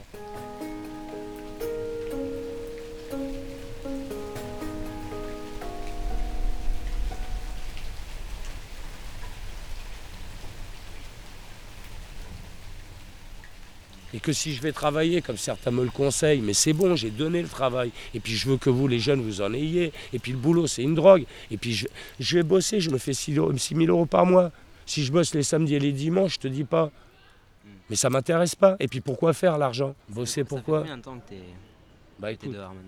Et que si je vais travailler, comme certains me le conseillent, mais c'est bon, j'ai donné le travail. Et puis je veux que vous, les jeunes, vous en ayez. Et puis le boulot, c'est une drogue. Et puis je, je vais bosser, je me fais six mille euros par mois. Si je bosse les samedis et les dimanches, je te dis pas. Mais ça m'intéresse pas. Et puis pourquoi faire l'argent ? Bosser pourquoi ? Ça fait combien de temps que t'es, bah, que t'es dehors maintenant ?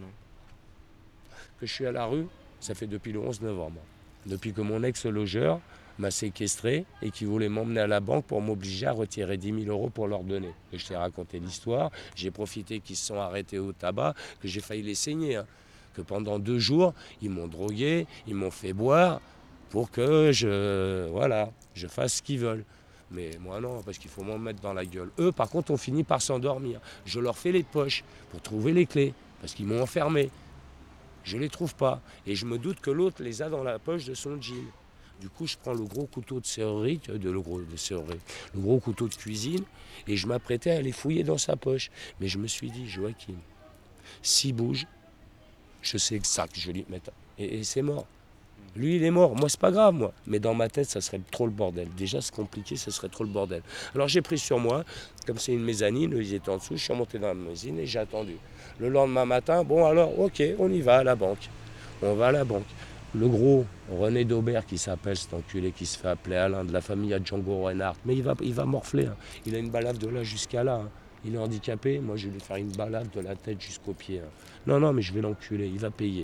Que je suis à la rue, ça fait depuis le onze novembre. Depuis que mon ex-logeur m'a séquestré et qui voulait m'emmener à la banque pour m'obliger à retirer dix mille euros pour leur donner. Et je t'ai raconté l'histoire, j'ai profité qu'ils se sont arrêtés au tabac, que j'ai failli les saigner. Hein. Que pendant deux jours, ils m'ont drogué, ils m'ont fait boire pour que je, voilà, je fasse ce qu'ils veulent. Mais moi non, parce qu'il faut m'en mettre dans la gueule. Eux, par contre, ont fini par s'endormir. Je leur fais les poches pour trouver les clés, parce qu'ils m'ont enfermé. Je ne les trouve pas. Et je me doute que l'autre les a dans la poche de son jean. Du coup, je prends le gros couteau de serrurerie, de, le, gros, de serrurerie, le gros couteau de cuisine, et je m'apprêtais à aller fouiller dans sa poche. Mais je me suis dit, Joachim, s'il bouge, je sais exact, je lui mets... Et, et c'est mort. Lui, il est mort. Moi, c'est pas grave, moi. Mais dans ma tête, ça serait trop le bordel. Déjà, c'est compliqué, ça serait trop le bordel. Alors, j'ai pris sur moi, comme c'est une mezzanine, ils étaient en dessous, je suis remonté dans la mezzanine et j'ai attendu. Le lendemain matin, bon, alors, ok, on y va à la banque. On va à la banque. Le gros, René Daubert, qui s'appelle cet enculé, qui se fait appeler Alain, de la famille à Django Reinhardt, mais il va, il va morfler. Hein. Il a une balafre de là jusqu'à là. Hein. Il est handicapé, moi je vais lui faire une balafre de la tête jusqu'aux pieds. Hein. Non, non, mais je vais l'enculer, il va payer.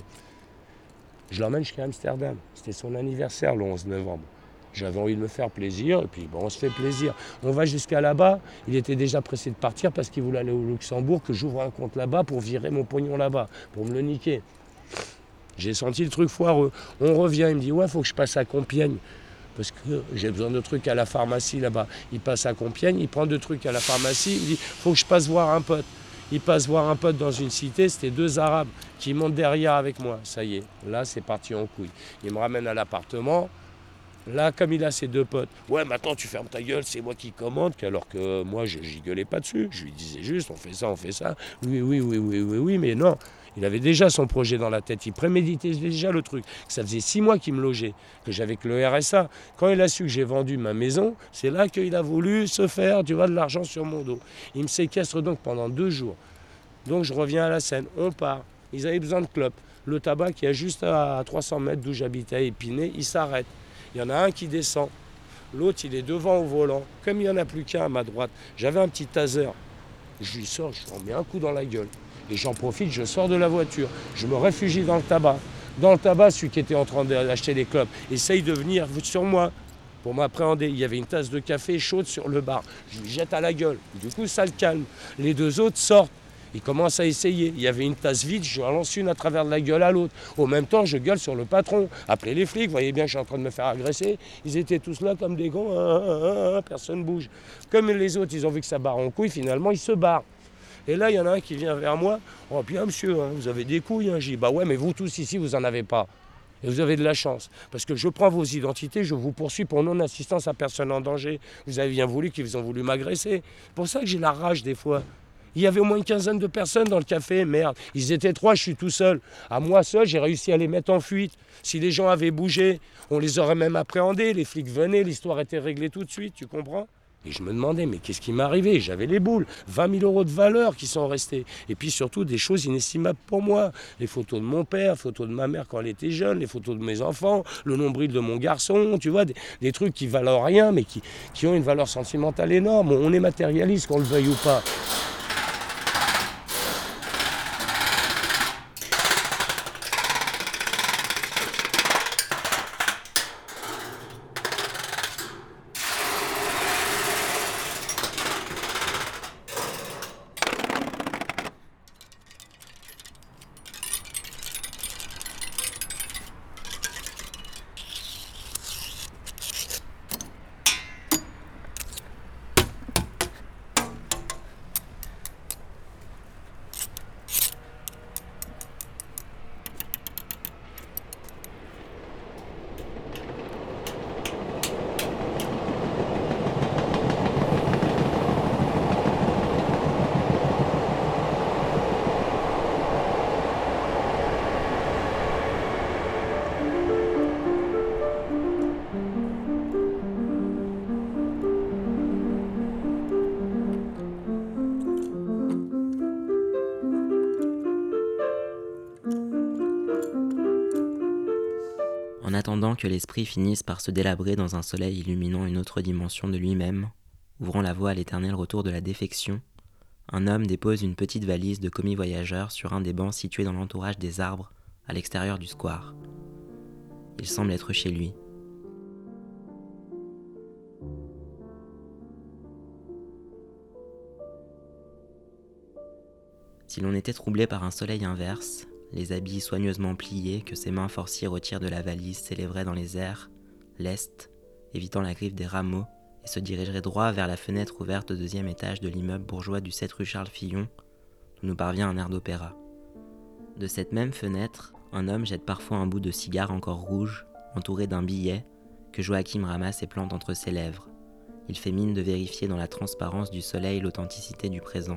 Je l'emmène jusqu'à Amsterdam. C'était son anniversaire le onze novembre. J'avais envie de me faire plaisir, et puis bon, on se fait plaisir. On va jusqu'à là-bas, il était déjà pressé de partir parce qu'il voulait aller au Luxembourg, que j'ouvre un compte là-bas pour virer mon pognon là-bas, pour me le niquer. J'ai senti le truc foireux. On revient, il me dit « Ouais, il faut que je passe à Compiègne. » Parce que j'ai besoin de trucs à la pharmacie là-bas. Il passe à Compiègne, il prend deux trucs à la pharmacie, il me dit « Faut que je passe voir un pote. » Il passe voir un pote dans une cité, c'était deux Arabes qui montent derrière avec moi. Ça y est, là c'est parti en couille. Il me ramène à l'appartement. Là, comme il a ses deux potes, « Ouais, maintenant tu fermes ta gueule, c'est moi qui commande. » Alors que moi, je n'y gueulais pas dessus. Je lui disais juste « On fait ça, on fait ça. » Oui, oui, oui, oui, oui, oui, mais non. Il avait déjà son projet dans la tête, il préméditait déjà le truc. Ça faisait six mois qu'il me logeait, que j'avais que le R S A. Quand il a su que j'ai vendu ma maison, c'est là qu'il a voulu se faire, tu vois, de l'argent sur mon dos. Il me séquestre donc pendant deux jours. Donc je reviens à la Seine, on part. Ils avaient besoin de clopes. Le tabac qui est juste à trois cents mètres d'où j'habitais à Épinay, il s'arrête. Il y en a un qui descend. L'autre, il est devant au volant. Comme il n'y en a plus qu'un à ma droite, j'avais un petit taser. Je lui sors, je lui en mets un coup dans la gueule. Et j'en profite, je sors de la voiture, je me réfugie dans le tabac. Dans le tabac, celui qui était en train d'acheter des clopes essaye de venir sur moi pour m'appréhender. Il y avait une tasse de café chaude sur le bar. Je lui jette à la gueule. Du coup, ça le calme. Les deux autres sortent. Ils commencent à essayer. Il y avait une tasse vide, je lance une à travers de la gueule à l'autre. Au même temps, je gueule sur le patron. Appelez les flics, vous voyez bien que je suis en train de me faire agresser. Ils étaient tous là comme des gants, hein, hein, hein, personne ne bouge. Comme les autres, ils ont vu que ça barre en couille, finalement, ils se barrent. Et là, il y en a un qui vient vers moi. Oh, bien monsieur, hein, vous avez des couilles. Hein. J'ai dit, bah ouais, mais vous tous ici, vous n'en avez pas. Et vous avez de la chance. Parce que je prends vos identités, je vous poursuis pour non-assistance à personne en danger. Vous avez bien voulu qu'ils ont voulu m'agresser. C'est pour ça que j'ai la rage des fois. Il y avait au moins une quinzaine de personnes dans le café, merde. Ils étaient trois, je suis tout seul. À moi seul, j'ai réussi à les mettre en fuite. Si les gens avaient bougé, on les aurait même appréhendés. Les flics venaient, l'histoire était réglée tout de suite, tu comprends ? Et je me demandais, mais qu'est-ce qui m'arrivait ? J'avais les boules, vingt mille euros de valeur qui sont restés. Et puis surtout, des choses inestimables pour moi. Les photos de mon père, photos de ma mère quand elle était jeune, les photos de mes enfants, le nombril de mon garçon, tu vois, des, des trucs qui valent rien, mais qui, qui ont une valeur sentimentale énorme. On est matérialiste, qu'on le veuille ou pas. En attendant que l'esprit finisse par se délabrer dans un soleil illuminant une autre dimension de lui-même, ouvrant la voie à l'éternel retour de la défection, un homme dépose une petite valise de commis voyageur sur un des bancs situés dans l'entourage des arbres, à l'extérieur du square. Il semble être chez lui. Si l'on était troublé par un soleil inverse, les habits soigneusement pliés que ses mains forciées retirent de la valise s'élèveraient dans les airs, lestes, évitant la griffe des rameaux, et se dirigeraient droit vers la fenêtre ouverte au deuxième étage de l'immeuble bourgeois du sept rue Charles Fillon, d'où nous parvient un air d'opéra. De cette même fenêtre, un homme jette parfois un bout de cigare encore rouge, entouré d'un billet, que Joachim ramasse et plante entre ses lèvres. Il fait mine de vérifier dans la transparence du soleil l'authenticité du présent.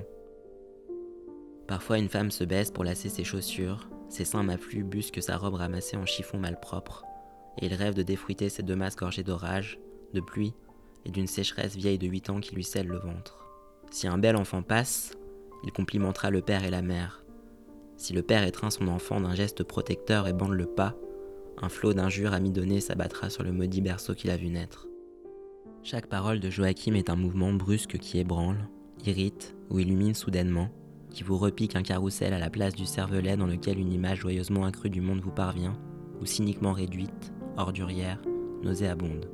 Parfois une femme se baisse pour lasser ses chaussures, ses seins m'affluent busquent sa robe ramassée en chiffon malpropre, et il rêve de défruiter ses deux masses gorgées d'orage, de pluie, et d'une sécheresse vieille de huit ans qui lui scelle le ventre. Si un bel enfant passe, il complimentera le père et la mère. Si le père étreint son enfant d'un geste protecteur et bande le pas, un flot d'injures amidonnées s'abattra sur le maudit berceau qu'il a vu naître. Chaque parole de Joachim est un mouvement brusque qui ébranle, irrite ou illumine soudainement, qui vous repique un carrousel à la place du cervelet dans lequel une image joyeusement accrue du monde vous parvient, ou cyniquement réduite, ordurière, nauséabonde.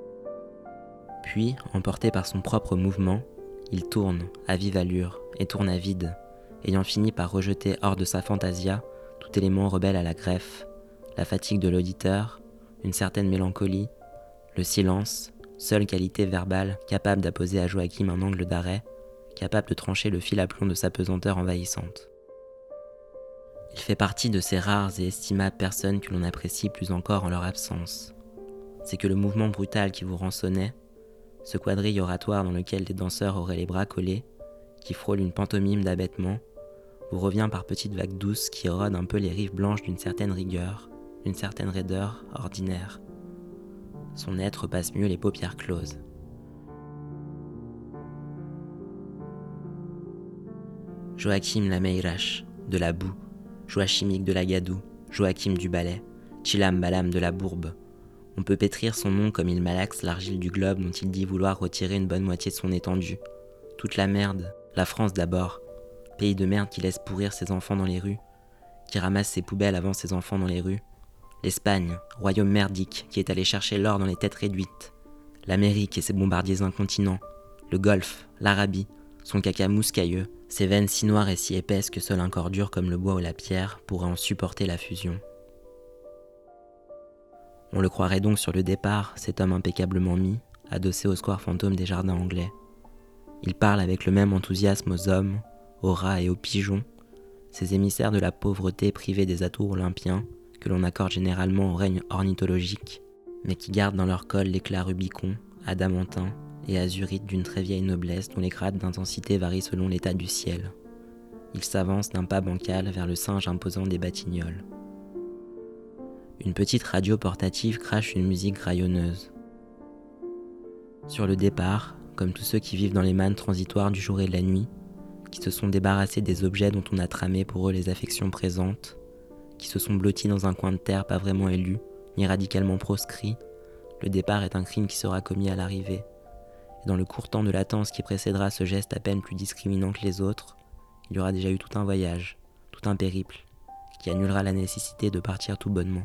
Puis, emporté par son propre mouvement, il tourne, à vive allure, et tourne à vide, ayant fini par rejeter hors de sa fantasia tout élément rebelle à la greffe, la fatigue de l'auditeur, une certaine mélancolie, le silence, seule qualité verbale capable d'apposer à Joachim un angle d'arrêt, capable de trancher le fil à plomb de sa pesanteur envahissante. Il fait partie de ces rares et estimables personnes que l'on apprécie plus encore en leur absence. C'est que le mouvement brutal qui vous rançonnait, ce quadrille oratoire dans lequel des danseurs auraient les bras collés, qui frôle une pantomime d'abattement, vous revient par petites vagues douces qui érodent un peu les rives blanches d'une certaine rigueur, d'une certaine raideur ordinaire. Son être passe mieux les paupières closes. Joachim la Meirache, de la boue, Joachimique de la gadoue, Joachim du balai, Chilam Balam de la bourbe. On peut pétrir son nom comme il malaxe l'argile du globe dont il dit vouloir retirer une bonne moitié de son étendue. Toute la merde, la France d'abord, pays de merde qui laisse pourrir ses enfants dans les rues, qui ramasse ses poubelles avant ses enfants dans les rues. L'Espagne, royaume merdique qui est allé chercher l'or dans les têtes réduites. L'Amérique et ses bombardiers incontinents. Le Golfe, l'Arabie, son caca mouscailleux, ses veines si noires et si épaisses que seul un corps dur comme le bois ou la pierre pourrait en supporter la fusion. On le croirait donc sur le départ, cet homme impeccablement mis, adossé au square fantôme des jardins anglais. Il parle avec le même enthousiasme aux hommes, aux rats et aux pigeons, ces émissaires de la pauvreté privés des atours olympiens que l'on accorde généralement au règne ornithologique, mais qui gardent dans leur col l'éclat rubicon, adamantin et azurite d'une très vieille noblesse dont les grades d'intensité varient selon l'état du ciel. Ils s'avancent d'un pas bancal vers le singe imposant des Batignolles. Une petite radio portative crache une musique graillonneuse. Sur le départ, comme tous ceux qui vivent dans les mannes transitoires du jour et de la nuit, qui se sont débarrassés des objets dont on a tramé pour eux les affections présentes, qui se sont blottis dans un coin de terre pas vraiment élu, ni radicalement proscrit, le départ est un crime qui sera commis à l'arrivée. Et dans le court temps de latence qui précédera ce geste à peine plus discriminant que les autres, il y aura déjà eu tout un voyage, tout un périple, qui annulera la nécessité de partir tout bonnement.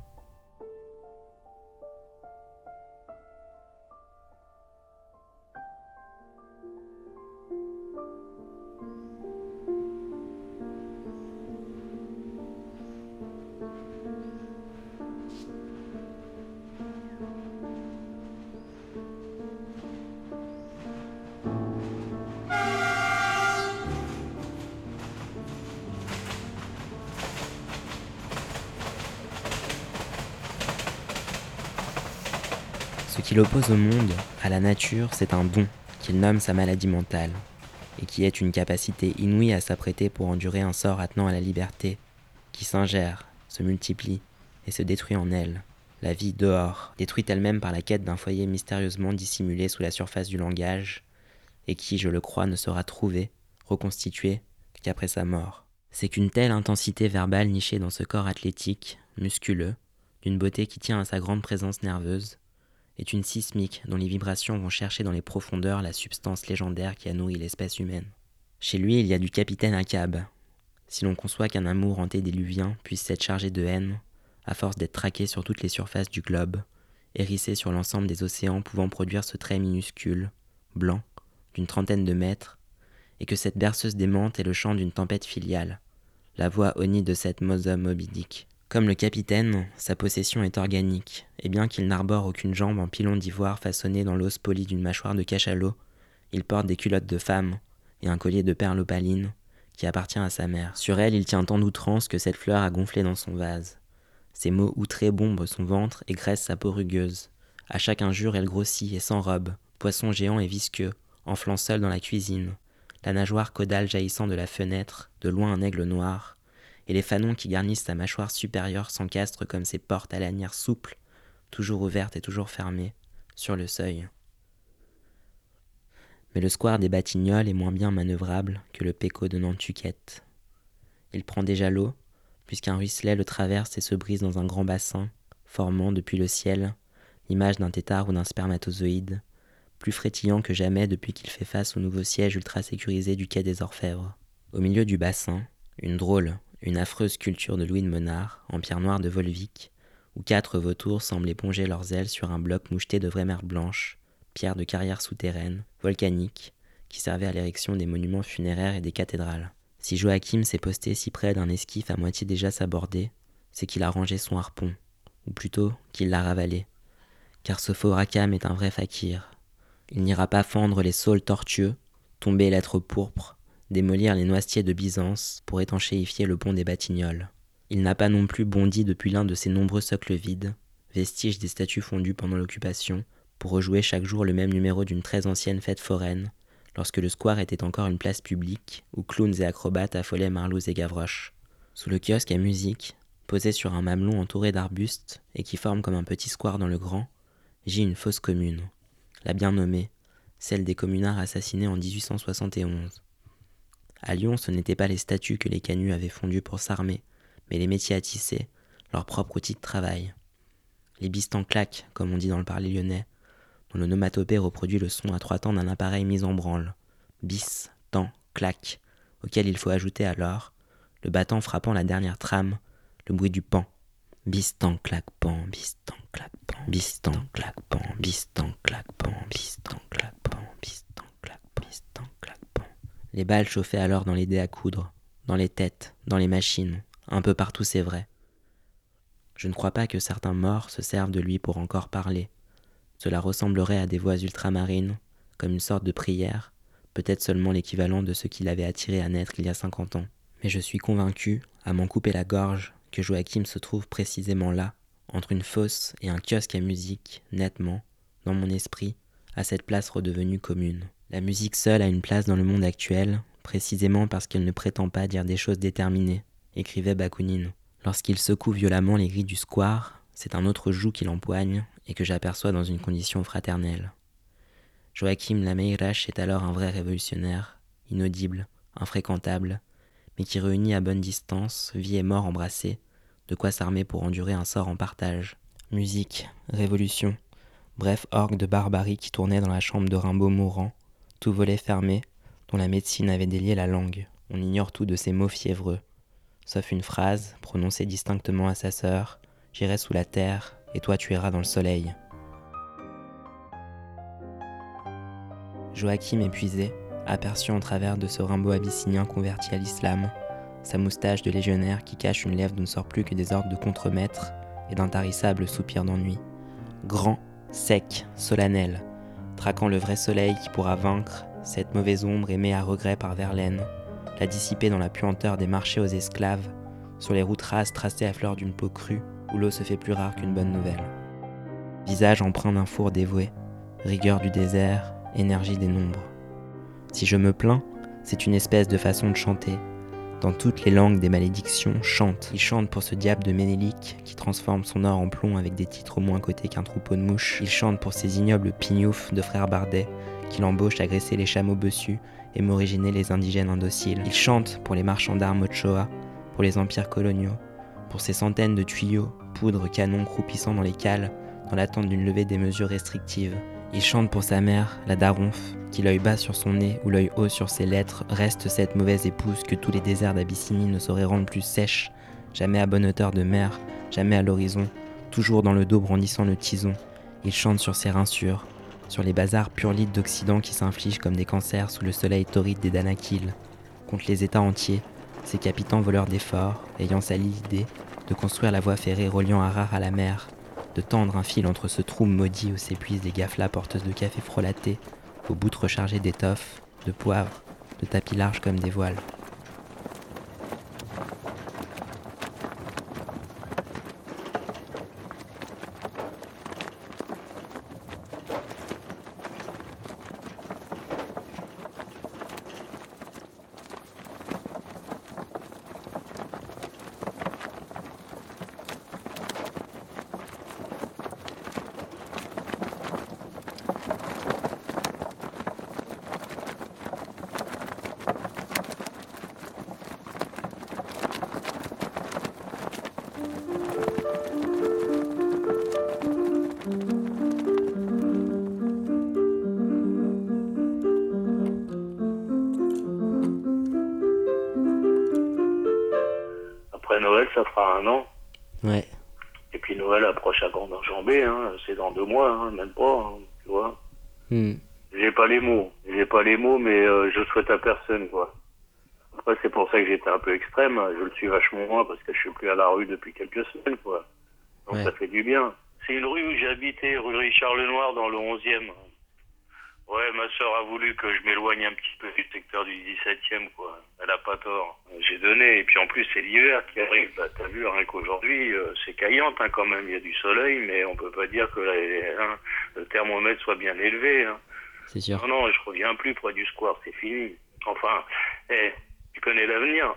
Ce qui l'oppose au monde, à la nature, c'est un don qu'il nomme sa maladie mentale, et qui est une capacité inouïe à s'apprêter pour endurer un sort attenant à la liberté, qui s'ingère, se multiplie et se détruit en elle, la vie dehors, détruite elle-même par la quête d'un foyer mystérieusement dissimulé sous la surface du langage, et qui, je le crois, ne sera trouvé, reconstitué, qu'après sa mort. C'est qu'une telle intensité verbale nichée dans ce corps athlétique, musculeux, d'une beauté qui tient à sa grande présence nerveuse, est une sismique dont les vibrations vont chercher dans les profondeurs la substance légendaire qui a nourri l'espèce humaine. Chez lui, il y a du capitaine Ahab. Si l'on conçoit qu'un amour antédéluvien puisse s'être chargé de haine, à force d'être traqué sur toutes les surfaces du globe, hérissé sur l'ensemble des océans pouvant produire ce trait minuscule, blanc, d'une trentaine de mètres, et que cette berceuse démente est le chant d'une tempête filiale, la voix honnie de cette Mother Moby Dick. Comme le capitaine, sa possession est organique, et bien qu'il n'arbore aucune jambe en pilon d'ivoire façonné dans l'os poli d'une mâchoire de cachalot, il porte des culottes de femme et un collier de perles opalines qui appartient à sa mère. Sur elle, il tient tant d'outrance que cette fleur a gonflé dans son vase. Ses mots outrés bombent son ventre et graissent sa peau rugueuse. À chaque injure, elle grossit et s'enrobe, poisson géant et visqueux, enflant seul dans la cuisine, la nageoire caudale jaillissant de la fenêtre, de loin un aigle noir, et les fanons qui garnissent sa mâchoire supérieure s'encastrent comme ces portes à lanières souples, toujours ouvertes et toujours fermées, sur le seuil. Mais le square des Batignolles est moins bien manœuvrable que le péco de Nantucket. Il prend déjà l'eau, puisqu'un ruisselet le traverse et se brise dans un grand bassin, formant, depuis le ciel, l'image d'un tétard ou d'un spermatozoïde, plus frétillant que jamais depuis qu'il fait face au nouveau siège ultra sécurisé du quai des Orfèvres. Au milieu du bassin, une drôle, une affreuse sculpture de Louis de Menard, en pierre noire de Volvic, où quatre vautours semblent éponger leurs ailes sur un bloc moucheté de vraie mer blanche, pierre de carrière souterraine, volcanique, qui servait à l'érection des monuments funéraires et des cathédrales. Si Joachim s'est posté si près d'un esquif à moitié déjà sabordé, c'est qu'il a rangé son harpon, ou plutôt qu'il l'a ravalé, car ce faux Rackham est un vrai fakir. Il n'ira pas fendre les saules tortueux, tomber l'être pourpre, démolir les noisetiers de Byzance pour étanchéifier le pont des Batignolles. Il n'a pas non plus bondi depuis l'un de ces nombreux socles vides, vestiges des statues fondues pendant l'occupation, pour rejouer chaque jour le même numéro d'une très ancienne fête foraine, lorsque le square était encore une place publique, où clowns et acrobates affolaient Marlouse et Gavroche. Sous le kiosque à musique, posé sur un mamelon entouré d'arbustes, et qui forme comme un petit square dans le grand, gît une fosse commune, la bien nommée, celle des communards assassinés en dix-huit cent soixante et onze. À Lyon, ce n'étaient pas les statues que les canuts avaient fondues pour s'armer, mais les métiers à tisser, leur propre outil de travail. Les bistanclacs, comme on dit dans le parler lyonnais, dont le nomatopée reproduit le son à trois temps d'un appareil mis en branle. Bis, temps, clac, auquel il faut ajouter alors, le battant frappant la dernière trame, le bruit du pan. Bistan, clac, pan, bistan, clac, pan, bistan, clac, pan, bistan, clac, pan, bistan, clac, pan, bistan, clac, pan, bistan, clac, pan. Les balles chauffaient alors dans les dés à coudre, dans les têtes, dans les machines, un peu partout c'est vrai. Je ne crois pas que certains morts se servent de lui pour encore parler. Cela ressemblerait à des voix ultramarines, comme une sorte de prière, peut-être seulement l'équivalent de ce qui l'avait attiré à naître il y a cinquante ans. Mais je suis convaincu, à m'en couper la gorge, que Joachim se trouve précisément là, entre une fosse et un kiosque à musique, nettement, dans mon esprit, à cette place redevenue commune. La musique seule a une place dans le monde actuel, précisément parce qu'elle ne prétend pas dire des choses déterminées, écrivait Bakounine. Lorsqu'il secoue violemment les grilles du square, c'est un autre joug qui l'empoigne et que j'aperçois dans une condition fraternelle. Joachim Lameirache est alors un vrai révolutionnaire, inaudible, infréquentable, mais qui réunit à bonne distance vie et mort embrassés, de quoi s'armer pour endurer un sort en partage. Musique, révolution, bref orgue de barbarie qui tournait dans la chambre de Rimbaud mourant, tout volet fermé, dont la médecine avait délié la langue. On ignore tout de ces mots fiévreux, sauf une phrase, prononcée distinctement à sa sœur, « J'irai sous la terre, et toi tu iras dans le soleil ». Joachim épuisé, aperçu en travers de ce Rimbaud abyssinien converti à l'islam, sa moustache de légionnaire qui cache une lèvre d'où ne sort plus que des ordres de contremaître et d'intarissables soupirs d'ennui. Grand, sec, solennel, traquant le vrai soleil qui pourra vaincre cette mauvaise ombre aimée à regret par Verlaine, la dissiper dans la puanteur des marchés aux esclaves, sur les routes rases tracées à fleur d'une peau crue où l'eau se fait plus rare qu'une bonne nouvelle. Visage empreint d'un four dévoué, rigueur du désert, énergie des nombres. Si je me plains, c'est une espèce de façon de chanter. Dans toutes les langues des malédictions, chante. Il chante pour ce diable de Ménélique qui transforme son or en plomb avec des titres au moins cotés qu'un troupeau de mouches. Il chante pour ces ignobles pignoufs de frères Bardet qui l'embauchent à graisser les chameaux bossus et moriginer les indigènes indociles. Il chante pour les marchands d'armes Ochoa, pour les empires coloniaux, pour ces centaines de tuyaux, poudres, canons croupissant dans les cales, dans l'attente d'une levée des mesures restrictives. Il chante pour sa mère, la daronfe, qui l'œil bas sur son nez ou l'œil haut sur ses lettres reste cette mauvaise épouse que tous les déserts d'Abyssinie ne sauraient rendre plus sèche, jamais à bonne hauteur de mer, jamais à l'horizon, toujours dans le dos brandissant le tison. Il chante sur ses rinsures, sur les bazars purlites d'Occident qui s'infligent comme des cancers sous le soleil torride des Danakil, contre les États entiers, ces capitans voleurs d'efforts, ayant sali l'idée de construire la voie ferrée reliant Harar à la mer, de tendre un fil entre ce trou maudit où s'épuisent les gaflas porteuses de café frelaté, aux bouts rechargées d'étoffes, de poivre, de tapis larges comme des voiles. Noël, ça fera un an. Ouais. Et puis Noël approche à grande enjambée, hein. C'est dans deux mois, hein, même pas, hein, tu vois. Mm. J'ai pas les mots, j'ai pas les mots, mais euh, je souhaite à personne, quoi. Après, c'est pour ça que j'étais un peu extrême. Je le suis vachement moins parce que je suis plus à la rue depuis quelques semaines, quoi. Donc ouais. Ça fait du bien. C'est une rue où j'ai habité, rue Richard Lenoir, dans le onzième. Ouais, ma sœur a voulu que je m'éloigne un petit peu du secteur du dix-septième, quoi. Elle a pas tort. J'ai donné, et puis en plus c'est l'hiver qui arrive. Bah, t'as vu, rien qu'aujourd'hui, euh, c'est caillante, hein, quand même. Il y a du soleil, mais on peut pas dire que la, hein, le thermomètre soit bien élevé, hein. C'est sûr. Non, non, je reviens plus près du square, c'est fini. Enfin, hey, tu connais l'avenir.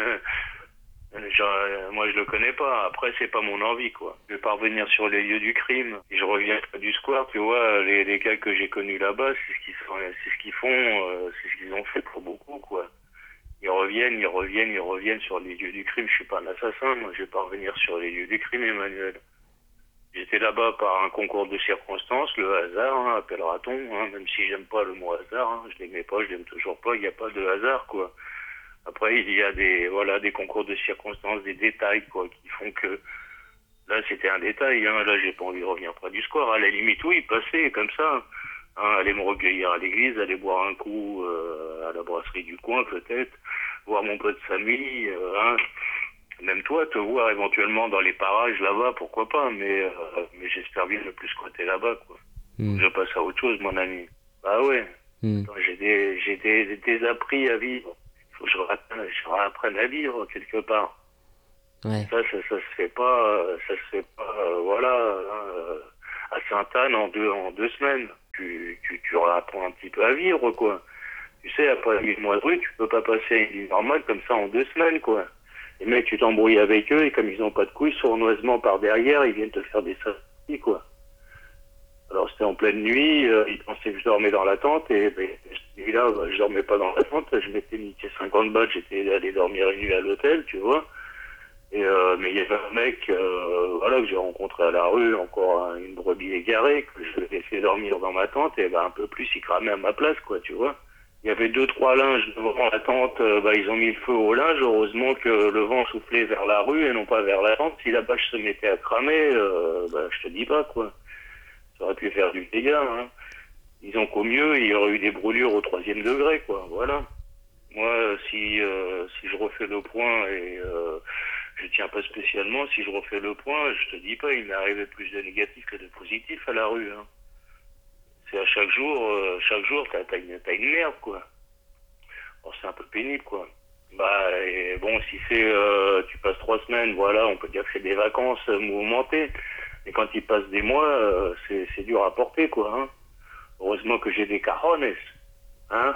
Genre, moi je le connais pas, après c'est pas mon envie, quoi. Je vais pas revenir sur les lieux du crime. Et je reviens près du square, tu vois, les, les gars que j'ai connus là-bas, c'est ce qu'ils font, c'est ce qu'ils font, euh, c'est ce qu'ils ont fait pour beaucoup, quoi. Ils reviennent, ils reviennent, ils reviennent sur les lieux du crime. Je suis pas un assassin, moi je vais pas revenir sur les lieux du crime, Emmanuel. J'étais là-bas par un concours de circonstances, le hasard, hein, appellera-t-on, hein, même si j'aime pas le mot hasard, hein, je l'aimais pas, je l'aime toujours pas, il n'y a pas de hasard, quoi. Après, il y a des, voilà, des concours de circonstances, des détails, quoi, qui font que, là, c'était un détail, hein, là, j'ai pas envie de revenir près du square, à la limite, oui, passer, comme ça, hein, aller me recueillir à l'église, aller boire un coup, euh, à la brasserie du coin, peut-être, voir mon pote Samy, euh, hein, même toi, te voir éventuellement dans les parages là-bas, pourquoi pas, mais, euh, mais j'espère bien ne plus squatter là-bas, quoi. Mmh. Je passe à autre chose, mon ami. Bah ouais, Mmh. J'ai des, j'ai des, des appris à vivre. Il faut que je réapprenne, je réapprenne à vivre quelque part. Ouais. Ça, ça, ça se fait pas, ça se fait pas, euh, voilà, euh, à Sainte-Anne en deux, en deux semaines. Tu, tu, tu réapprends un petit peu à vivre, quoi. Tu sais, après huit mois de rue, tu peux pas passer une vie normale comme ça en deux semaines, quoi. Les mecs, tu t'embrouilles avec eux et comme ils ont pas de couilles, sournoisement par derrière, ils viennent te faire des sorties, quoi. Alors c'était en pleine nuit, euh, ils pensaient que je dormais dans la tente et, ben, et là, bah, je dormais pas dans la tente, je m'étais niqué cinquante balles, j'étais allé dormir une nuit à l'hôtel, tu vois. Et euh, mais il y avait un mec, euh, voilà, que j'ai rencontré à la rue, encore un, une brebis égarée, que je l'ai fait dormir dans ma tente et ben un peu plus, il cramait à ma place, quoi, tu vois. Il y avait deux, trois linges devant la tente, euh, bah, ils ont mis le feu au linge, heureusement que le vent soufflait vers la rue et non pas vers la tente. Si la bâche se mettait à cramer, euh, bah, je te dis pas, quoi. Ça aurait pu faire du dégât, hein. Disons qu'au mieux, il y aurait eu des brûlures au troisième degré, quoi, voilà. Moi, si, euh, si je refais le point et euh, je tiens pas spécialement, si je refais le point, je te dis pas, il m'est arrivé plus de négatifs que de positifs à la rue, hein. C'est à chaque jour, euh, chaque jour, t'as, t'as, une, t'as une merde, quoi. Bon, c'est un peu pénible, quoi. Bah, et bon, si c'est, euh, tu passes trois semaines, voilà, on peut dire que c'est des vacances euh, mouvementées. Mais quand il passe des mois, euh, c'est, c'est dur à porter, quoi, hein. Heureusement que j'ai des cajones, hein.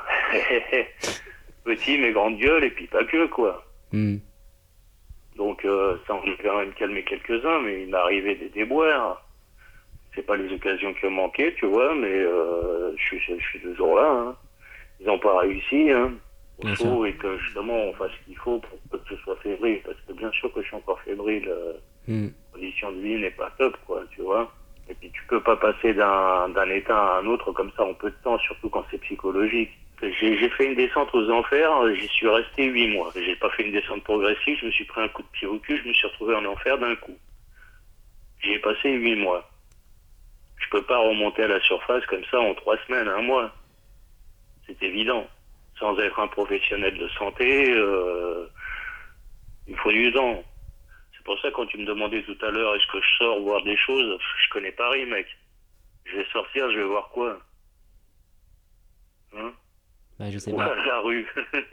Petit, mais grande gueule, et puis pas que, quoi. Mm. Donc, euh, ça, on a quand même calmé quelques-uns, mais il m'est arrivé des déboires. C'est pas les occasions qui ont manqué, tu vois, mais euh, je suis, je suis toujours là, hein. Ils n'ont pas réussi, hein. Il faut et que justement on fasse ce qu'il faut pour que je sois fébrile, parce que bien sûr que je suis encore fébrile. Euh, mm. La condition de vie n'est pas top, quoi, tu vois. Et puis tu peux pas passer d'un, d'un état à un autre comme ça en peu de temps, surtout quand c'est psychologique. J'ai, j'ai fait une descente aux enfers, j'y suis resté huit mois. J'ai pas fait une descente progressive, je me suis pris un coup de pied au cul, je me suis retrouvé en enfer d'un coup. J'y ai passé huit mois. Je peux pas remonter à la surface comme ça en trois semaines, un mois. C'est évident. Sans être un professionnel de santé, euh, il faut du temps. C'est pour ça quand tu me demandais tout à l'heure est-ce que je sors voir des choses, je connais Paris, mec. Je vais sortir, je vais voir quoi, hein? Bah, je sais ou pas. à la rue.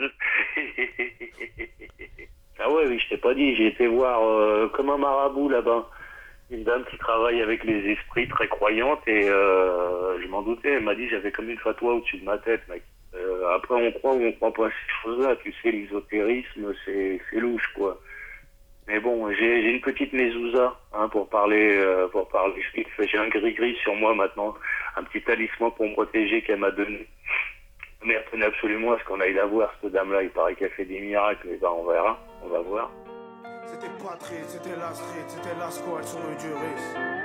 Ah ouais, oui, je t'ai pas dit, j'ai été voir euh, comme un marabout là-bas. Une dame qui travaille avec les esprits, très croyante, et euh, je m'en doutais, elle m'a dit j'avais comme une fatwa au-dessus de ma tête, mec. Euh, après on croit ou on croit pas à ces choses-là, tu sais, l'ésotérisme, c'est, c'est louche, quoi. Mais bon, j'ai, j'ai une petite mezouza, hein, pour parler, euh, pour parler, j'ai un gris-gris sur moi maintenant, un petit talisman pour me protéger qu'elle m'a donné. Mais elle tenait absolument à ce qu'on aille la voir, cette dame-là, il paraît qu'elle fait des miracles, et ben on verra, on va voir. C'était Patrick, c'était la street, c'était la squad sur le Duris.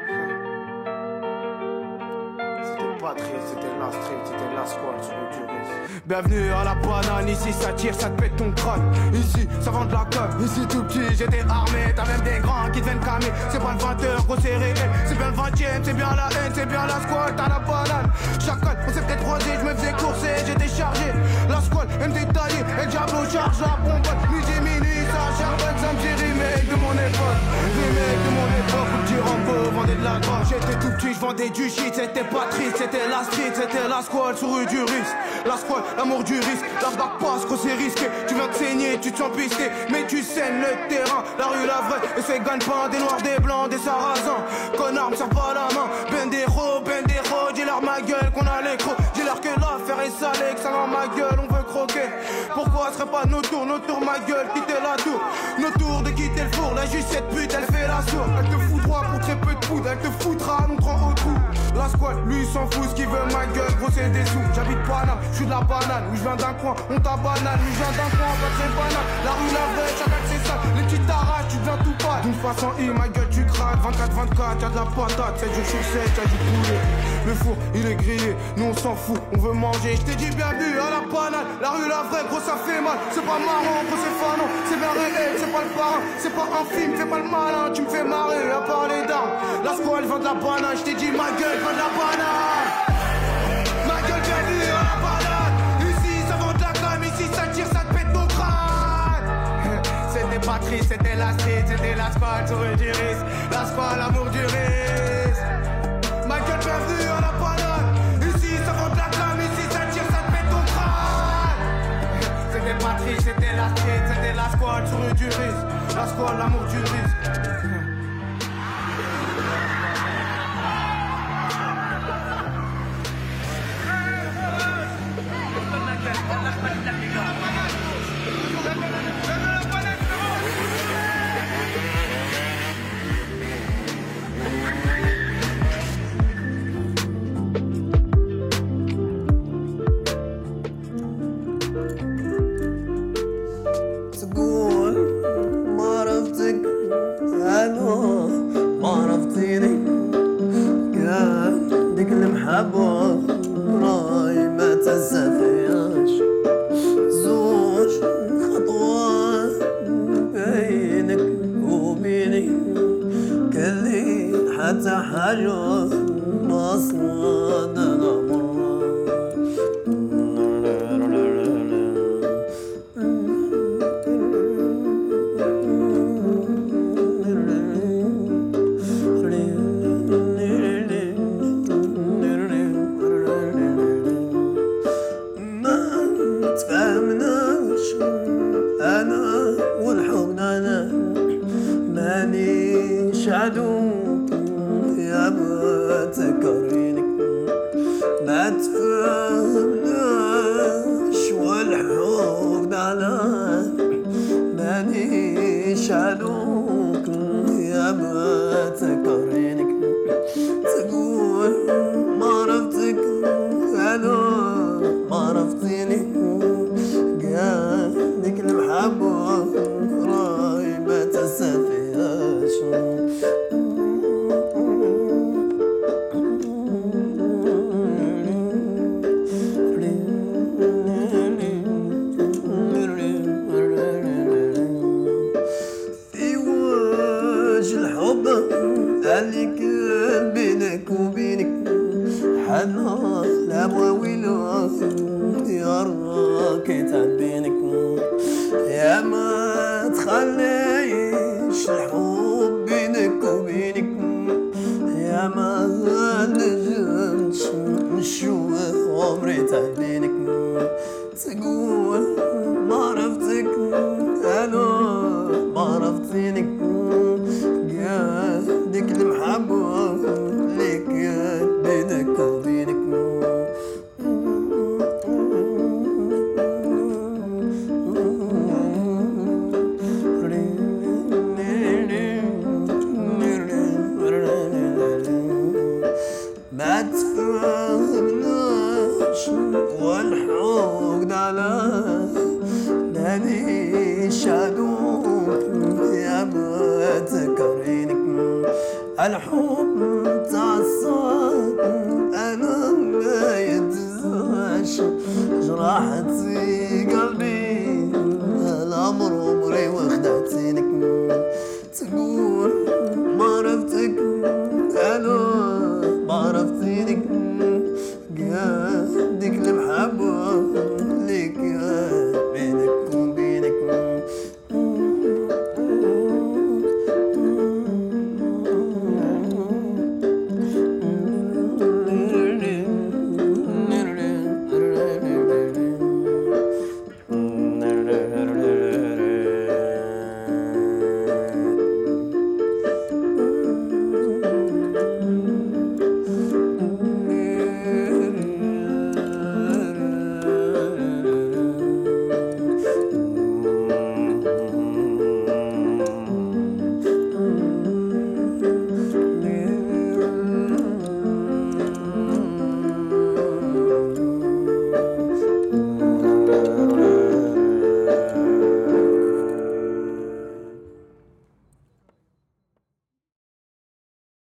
C'était Patrick, c'était la street, c'était la squad sur le Duris. Bienvenue à la banane, ici ça tire, ça te pète ton crâne. Ici ça vend de la coque, ici tout petit j'étais armé. T'as même des grands qui te viennent calmer. C'est pas le vingt heures gros c'est réel, c'est bien le vingtième, c'est bien la haine, c'est bien la squad, t'as la banane. Chacal, on s'est peut-être croisé, je me faisais courser, j'étais chargé. La squad, elle me détaillait, et le diable charge la bombe. Midi minuit, ça charbonne, ça me dit remake de mon époque. Remake de mon époque, où le petit Rambo vendait de la drogue. J'étais tout petit, je vendais du shit, c'était pas triste, c'était la street, c'était la squad sur rue du risque. La squad, l'amour du risque, la bague passe, gros c'est risqué. Tu viens de saigner, tu te sens pisté, mais tu saignes le terrain. La rue, la vraie, et c'est gagne-pain, des noirs, des blancs, des sarrasins. Connard, me serre pas la main, Bendero, Bendero, dis-leur ma gueule qu'on a les crocs. Dis-leur que l'affaire est salée, que ça dans ma gueule, on veut croquer. Pourquoi ce serait pas nos tours, nos tours, ma gueule, quitter la tour. Nos tours de quitter le four, la juste cette pute, elle fait la sourde. Elle te fout droit pour très peu de poudre, elle te foutra, nous prend au trou. La squad, lui il s'en fout, ce qu'il veut, ma gueule, gros c'est des sous. J'habite Paname, je suis de la banane, oui je viens d'un coin, on t'a banane, oui je viens d'un coin, pas très banane. La rue, la vraie, chacun c'est ça, les petites arraches, tu deviens tout pas. D'une façon I, ma gueule, tu craques, vingt-quatre vingt-quatre, y'a de la patate, sept jours sur sept, y'a du poulet. Le four, il est grillé, nous on s'en fout, on veut manger. Je t'ai dit bienvenue à la banane, la rue, la vraie, gros ça fait mal. C'est pas marrant, gros c'est fanon, c'est bien réel, c'est pas le parrain, c'est pas un film, fais pas le malin, tu me fais marrer à part les dents. La squad, elle vend de la banane, je t'ai dit ma gueule, vend de la banane. Ma gueule, bienvenue à la banane. Ici, ça vend de la gamme, ici, ça tire, ça te pète ton crâne. C'était Patrick, c'était la street, c'était la squad sur le Duris. La squad, l'amour du risque. Ma gueule, bienvenue à la banane. Ici, ça vend de la gamme, ici, ça tire, ça te mal sur eux du risque. La squale, l'amour du risque. الحب